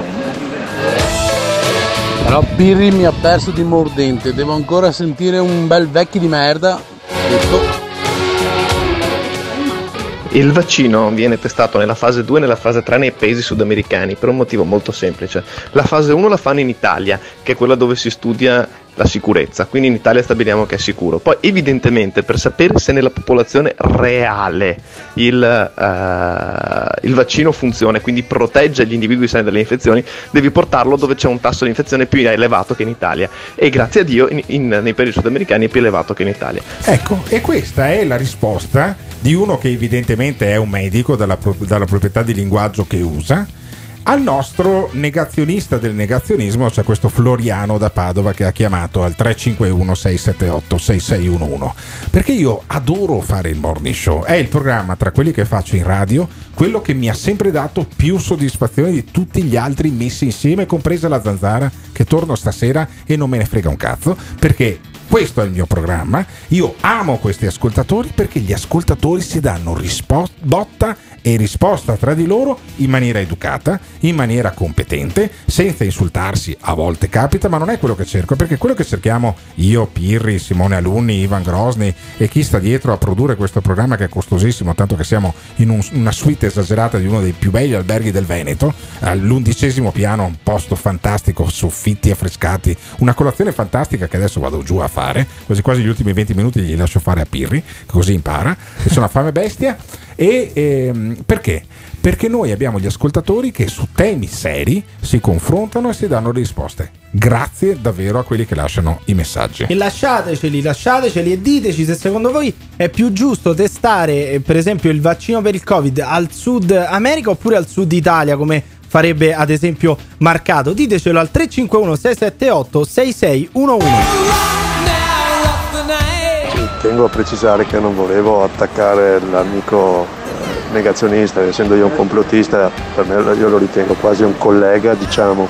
Però Pirri mi ha perso di mordente, devo ancora sentire un bel vecchio di merda. Il vaccino viene testato nella fase 2 e nella fase 3 nei paesi sudamericani per un motivo molto semplice. La fase 1 la fanno in Italia, che è quella dove si studia la sicurezza, quindi in Italia stabiliamo che è sicuro. Poi evidentemente per sapere se nella popolazione reale il vaccino funziona e quindi protegge gli individui sani dalle infezioni, devi portarlo dove c'è un tasso di infezione più elevato che in Italia, e grazie a Dio nei paesi sudamericani è più elevato che in Italia. Ecco, e questa è la risposta di uno che evidentemente è un medico dalla proprietà di linguaggio che usa, al nostro negazionista del negazionismo, cioè questo Floriano da Padova, che ha chiamato al 351 678 6611. Perché io adoro fare il morning show, è il programma tra quelli che faccio in radio, quello che mi ha sempre dato più soddisfazione di tutti gli altri messi insieme, compresa la Zanzara, che torno stasera e non me ne frega un cazzo, perché questo è il mio programma. Io amo questi ascoltatori perché gli ascoltatori si danno botta e risposta tra di loro in maniera educata, in maniera competente, senza insultarsi. A volte capita, ma non è quello che cerco, perché quello che cerchiamo io, Pirri, Simone Alunni, Ivan Grosny e chi sta dietro a produrre questo programma, che è costosissimo, tanto che siamo in una suite esagerata di uno dei più belli alberghi del Veneto, all'11° piano, un posto fantastico, soffitti affrescati, una colazione fantastica che adesso vado giù a fare, quasi gli ultimi 20 minuti li lascio fare a Pirri, così impara, che sono a fame bestia. E perché? Perché noi abbiamo gli ascoltatori che su temi seri si confrontano e si danno le risposte. Grazie davvero a quelli che lasciano i messaggi. E lasciateceli e diteci se secondo voi è più giusto testare per esempio il vaccino per il Covid al Sud America oppure al Sud Italia, come farebbe ad esempio Marcato. Ditecelo al 351 678 6611. Tengo a precisare che non volevo attaccare l'amico negazionista, essendo io un complottista, per me io lo ritengo quasi un collega, diciamo.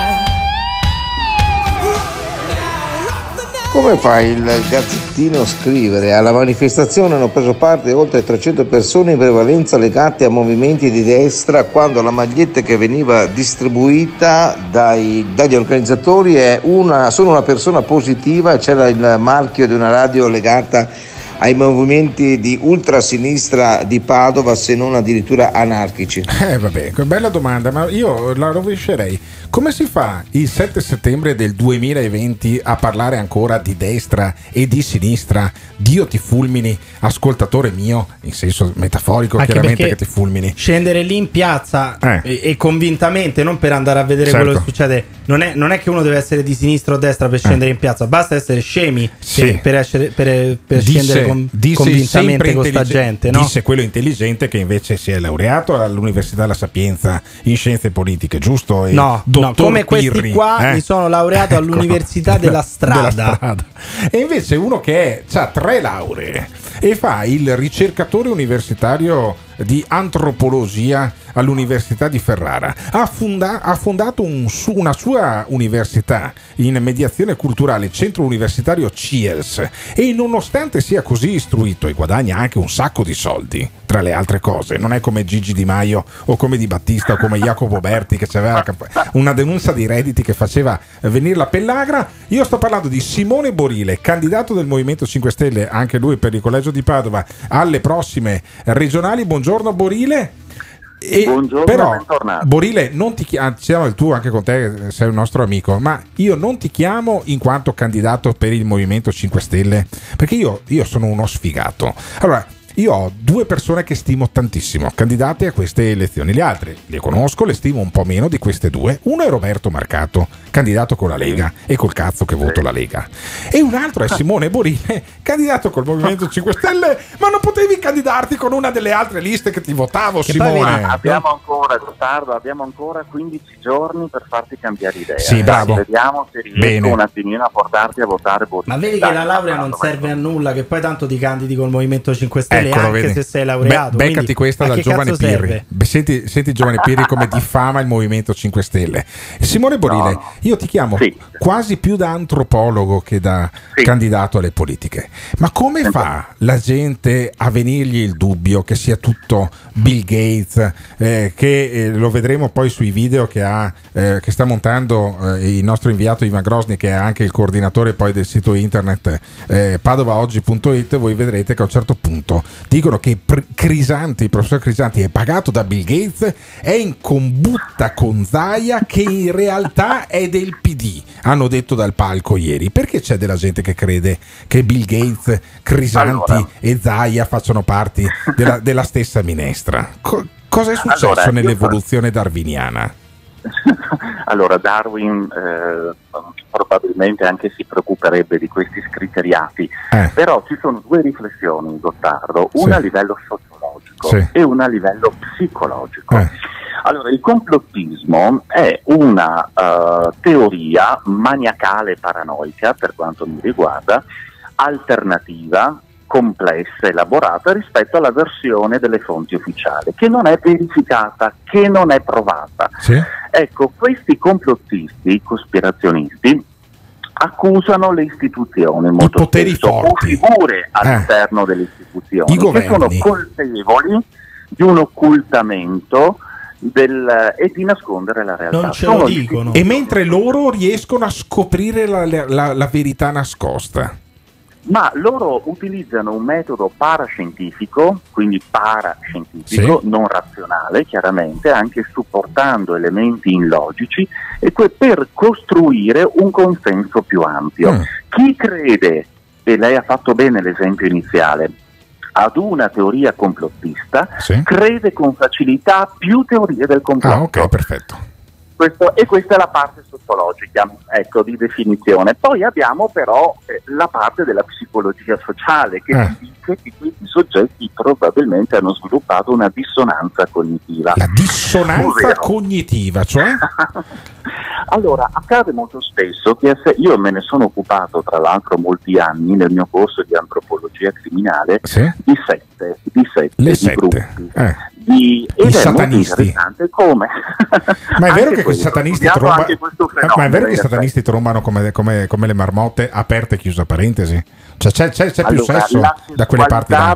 Come fa il Gazzettino a scrivere? Alla manifestazione hanno preso parte oltre 300 persone, in prevalenza legate a movimenti di destra, quando la maglietta che veniva distribuita dagli organizzatori è sono una persona positiva e c'era il marchio di una radio legata ai movimenti di ultrasinistra di Padova, se non addirittura anarchici. Vabbè, bella domanda, ma io la rovescerei. Come si fa il 7 settembre del 2020 a parlare ancora di destra e di sinistra? Dio ti fulmini, ascoltatore mio, in senso metaforico, anche chiaramente, che ti fulmini. Scendere lì in piazza e convintamente, non per andare a vedere quello che succede, non è che uno deve essere di sinistra o destra per scendere in piazza, basta essere scemi per scendere convintamente con sta gente, no? Disse quello intelligente che invece si è laureato all'Università La Sapienza in scienze politiche, giusto? E no, come questi qua mi sono laureato all'Università della Strada. E invece uno che ha 3 lauree e fa il ricercatore universitario di antropologia all'Università di Ferrara, ha fondato una sua università in mediazione culturale, il centro universitario CIELS, e nonostante sia così istruito e guadagna anche un sacco di soldi, tra le altre cose, non è come Gigi Di Maio o come Di Battista o come Jacopo Berti che aveva una denuncia di redditi che faceva venire la pellagra. Io sto parlando di Simone Borile, candidato del Movimento 5 Stelle, anche lui per il Collegio di Padova, alle prossime regionali. Buongiorno Borile. Buongiorno, però bentornato. Borile, non ti chiamo il tuo, anche con te sei un nostro amico, ma io non ti chiamo in quanto candidato per il Movimento 5 Stelle, perché io sono uno sfigato. Allora, io ho 2 persone che stimo tantissimo, candidate a queste elezioni. Le altre le conosco, le stimo un po' meno di queste 2. Uno è Roberto Marcato, candidato con la Lega, e col cazzo che voto la Lega. E un altro è Simone Borile, candidato col Movimento 5 Stelle, ma non potevi candidarti con una delle altre liste che ti votavo, Simone. Abbiamo ancora 15 giorni per farti cambiare idea. Sì, bravo. Vediamo se riesco un attimino a portarti a votare Borile. Ma vedi che la laurea non serve a nulla, che poi tanto ti candidi col Movimento 5 Stelle. Eccolo, anche vedi. Se sei laureato, beccati questa dal giovane Pirri. Senti giovane Pirri come diffama il Movimento 5 Stelle. Simone Borile, io ti chiamo quasi più da antropologo che da candidato alle politiche, ma come fa la gente a venirgli il dubbio che sia tutto Bill Gates, che lo vedremo poi sui video che sta montando il nostro inviato Ivan Grosny, che è anche il coordinatore poi del sito internet padovaoggi.it. Voi vedrete che a un certo punto dicono che il professor Crisanti è pagato da Bill Gates, è in combutta con Zaia, che in realtà è del PD, hanno detto dal palco ieri. Perché c'è della gente che crede che Bill Gates, Crisanti e Zaia facciano parte della stessa minestra? Cosa è successo nell'evoluzione darwiniana? Allora, Darwin probabilmente anche si preoccuperebbe di questi scriteriati, però ci sono 2 riflessioni, Gottardo, una a livello sociologico e una a livello psicologico. Allora, il complottismo è una teoria maniacale paranoica, per quanto mi riguarda, alternativa, complessa, elaborata rispetto alla versione delle fonti ufficiali, che non è verificata, che non è provata. Ecco, questi complottisti, cospirazionisti, accusano le istituzioni, molto spesso, o figure all'interno delle istituzioni, che sono colpevoli di un occultamento e di nascondere la realtà. Non ce lo dicono. E mentre loro riescono a scoprire la verità nascosta. Ma loro utilizzano un metodo parascientifico, quindi parascientifico, non razionale, chiaramente, anche supportando elementi illogici, e per costruire un consenso più ampio. Chi crede, e lei ha fatto bene l'esempio iniziale, ad una teoria complottista, crede con facilità più teorie del complotto. Ok, perfetto. Questa è la parte sociologica, ecco, di definizione. Poi abbiamo però la parte della psicologia sociale che dice che questi soggetti probabilmente hanno sviluppato una dissonanza cognitiva. La dissonanza cognitiva, cioè? Allora, accade molto spesso che io me ne sono occupato tra l'altro molti anni nel mio corso di antropologia criminale di sette gruppi. I satanisti. Come? Ma è vero che questi satanisti trombano come le marmotte, aperte e chiusa parentesi? Cioè c'è più sesso da quelle parti là?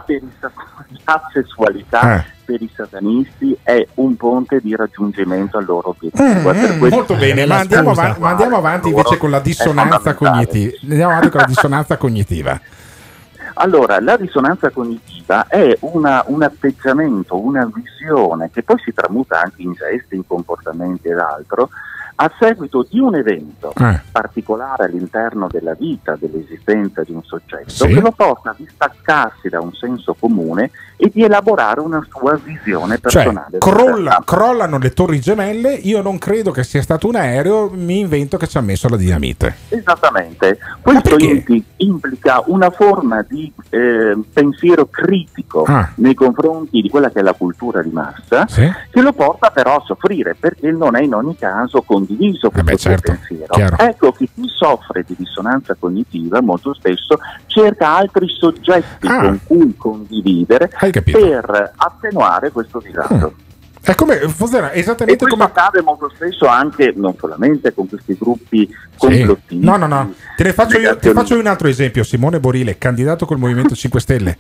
La sessualità per i satanisti è un ponte di raggiungimento al loro obiettivo. Molto bene, ma andiamo avanti invece con la dissonanza cognitiva. Andiamo avanti con la dissonanza cognitiva. Allora, la dissonanza cognitiva è un atteggiamento, una visione che poi si tramuta anche in gesti, in comportamenti ed altro, a seguito di un evento particolare all'interno della vita, dell'esistenza di un soggetto, che lo porta a distaccarsi da un senso comune e di elaborare una sua visione personale. Cioè, crollano le torri gemelle, io non credo che sia stato un aereo, mi invento che ci ha messo la dinamite. Esattamente. Questo implica una forma di pensiero critico nei confronti di quella che è la cultura di massa, che lo porta però a soffrire, perché non è in ogni caso condiviso questo pensiero. Chiaro. Ecco che chi soffre di dissonanza cognitiva molto spesso cerca altri soggetti con cui condividere per attenuare questo disagio. È come funziona esattamente e questo accade molto spesso anche, non solamente con questi gruppi complottisti. No. Te ne faccio io un altro esempio. Simone Borile, candidato col Movimento 5 Stelle.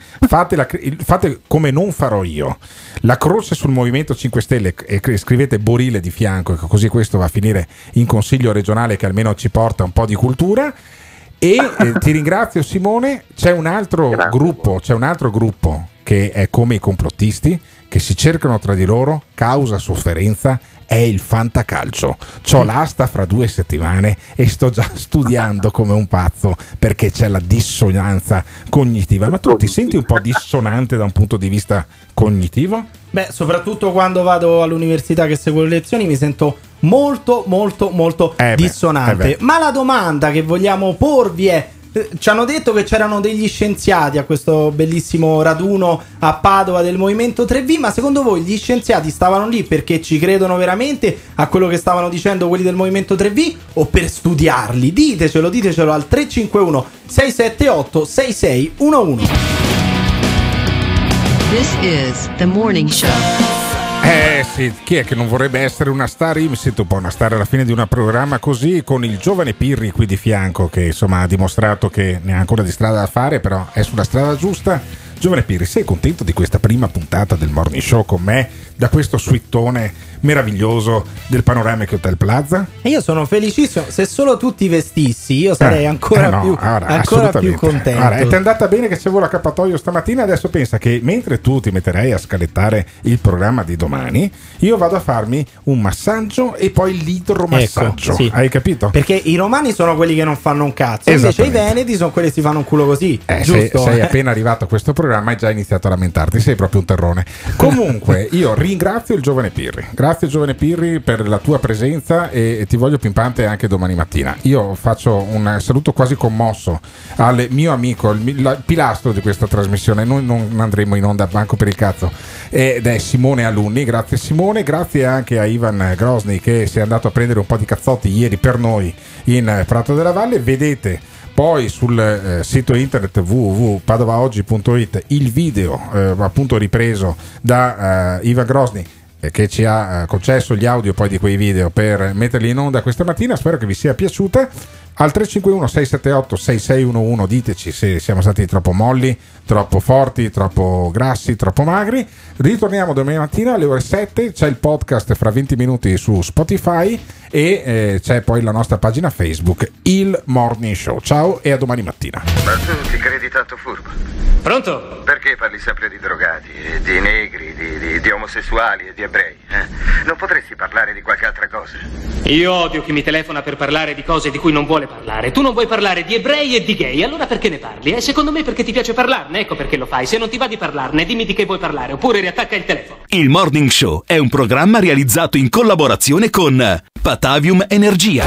Fate come non farò io. La croce sul Movimento 5 Stelle e scrivete Borile di fianco, così questo va a finire in consiglio regionale, che almeno ci porta un po' di cultura. E ti ringrazio, Simone. C'è un altro gruppo che è come i complottisti, che si cercano tra di loro, causa sofferenza, è il fantacalcio. C'ho l'asta fra 2 settimane e sto già studiando come un pazzo, perché c'è la dissonanza cognitiva. Ma tu ti senti un po' dissonante da un punto di vista cognitivo? Beh, soprattutto quando vado all'università che seguo le lezioni mi sento molto dissonante. Ma la domanda che vogliamo porvi è: ci hanno detto che c'erano degli scienziati a questo bellissimo raduno a Padova del Movimento 3V, ma secondo voi gli scienziati stavano lì perché ci credono veramente a quello che stavano dicendo quelli del Movimento 3V o per studiarli? Ditecelo al 351 678 6611. This is the morning show. Sì, chi è che non vorrebbe essere una star? Io mi sento un po' una star alla fine di un programma così, con il giovane Pirri qui di fianco, che insomma ha dimostrato che ne ha ancora di strada da fare, però è sulla strada giusta. Giovane Pirri, sei contento di questa prima puntata del Morning Show con me, da questo suittone meraviglioso del Panoramic Hotel Plaza? E io sono felicissimo. Se solo tu ti vestissi io sarei ancora più contento. Allora, è andata bene che c'avevo l'accappatoio stamattina. Adesso pensa che mentre tu ti metterai a scalettare il programma di domani, io vado a farmi un massaggio e poi l'idromassaggio. Ecco, hai capito? Perché i romani sono quelli che non fanno un cazzo, invece i veneti sono quelli che si fanno un culo così. Giusto? Sei appena arrivato a questo programma, hai già iniziato a lamentarti, sei proprio un terrone. Comunque io ringrazio il giovane Pirri. Grazie giovane Pirri per la tua presenza e ti voglio pimpante anche domani mattina. Io faccio un saluto quasi commosso al mio amico, il pilastro di questa trasmissione. Noi non andremo in onda banco per il cazzo, ed è Simone Alunni. Grazie Simone, grazie anche a Ivan Grosny che si è andato a prendere un po' di cazzotti ieri per noi in Prato della Valle. Vedete poi sul sito internet www.padovaoggi.it il video appunto ripreso da Ivan Grosny, che ci ha concesso gli audio poi di quei video per metterli in onda questa mattina. Spero che vi sia piaciuta. Al 351 678 6611 diteci se siamo stati troppo molli, troppo forti, troppo grassi, troppo magri. Ritorniamo domani mattina alle ore 7. C'è il podcast fra 20 minuti su Spotify e c'è poi la nostra pagina Facebook, il Morning Show. Ciao e a domani mattina. Ma tu ti credi tanto furbo? Pronto? Perché parli sempre di drogati, di negri, di omosessuali e di ebrei? Non potresti parlare di qualche altra cosa? Io odio chi mi telefona per parlare di cose di cui non vuole parlare. Tu non vuoi parlare di ebrei e di gay, allora perché ne parli? Secondo me perché ti piace parlarne, ecco perché lo fai. Se non ti va di parlarne, dimmi di che vuoi parlare, oppure riattacca il telefono. Il Morning Show è un programma realizzato in collaborazione con Patavium Energia.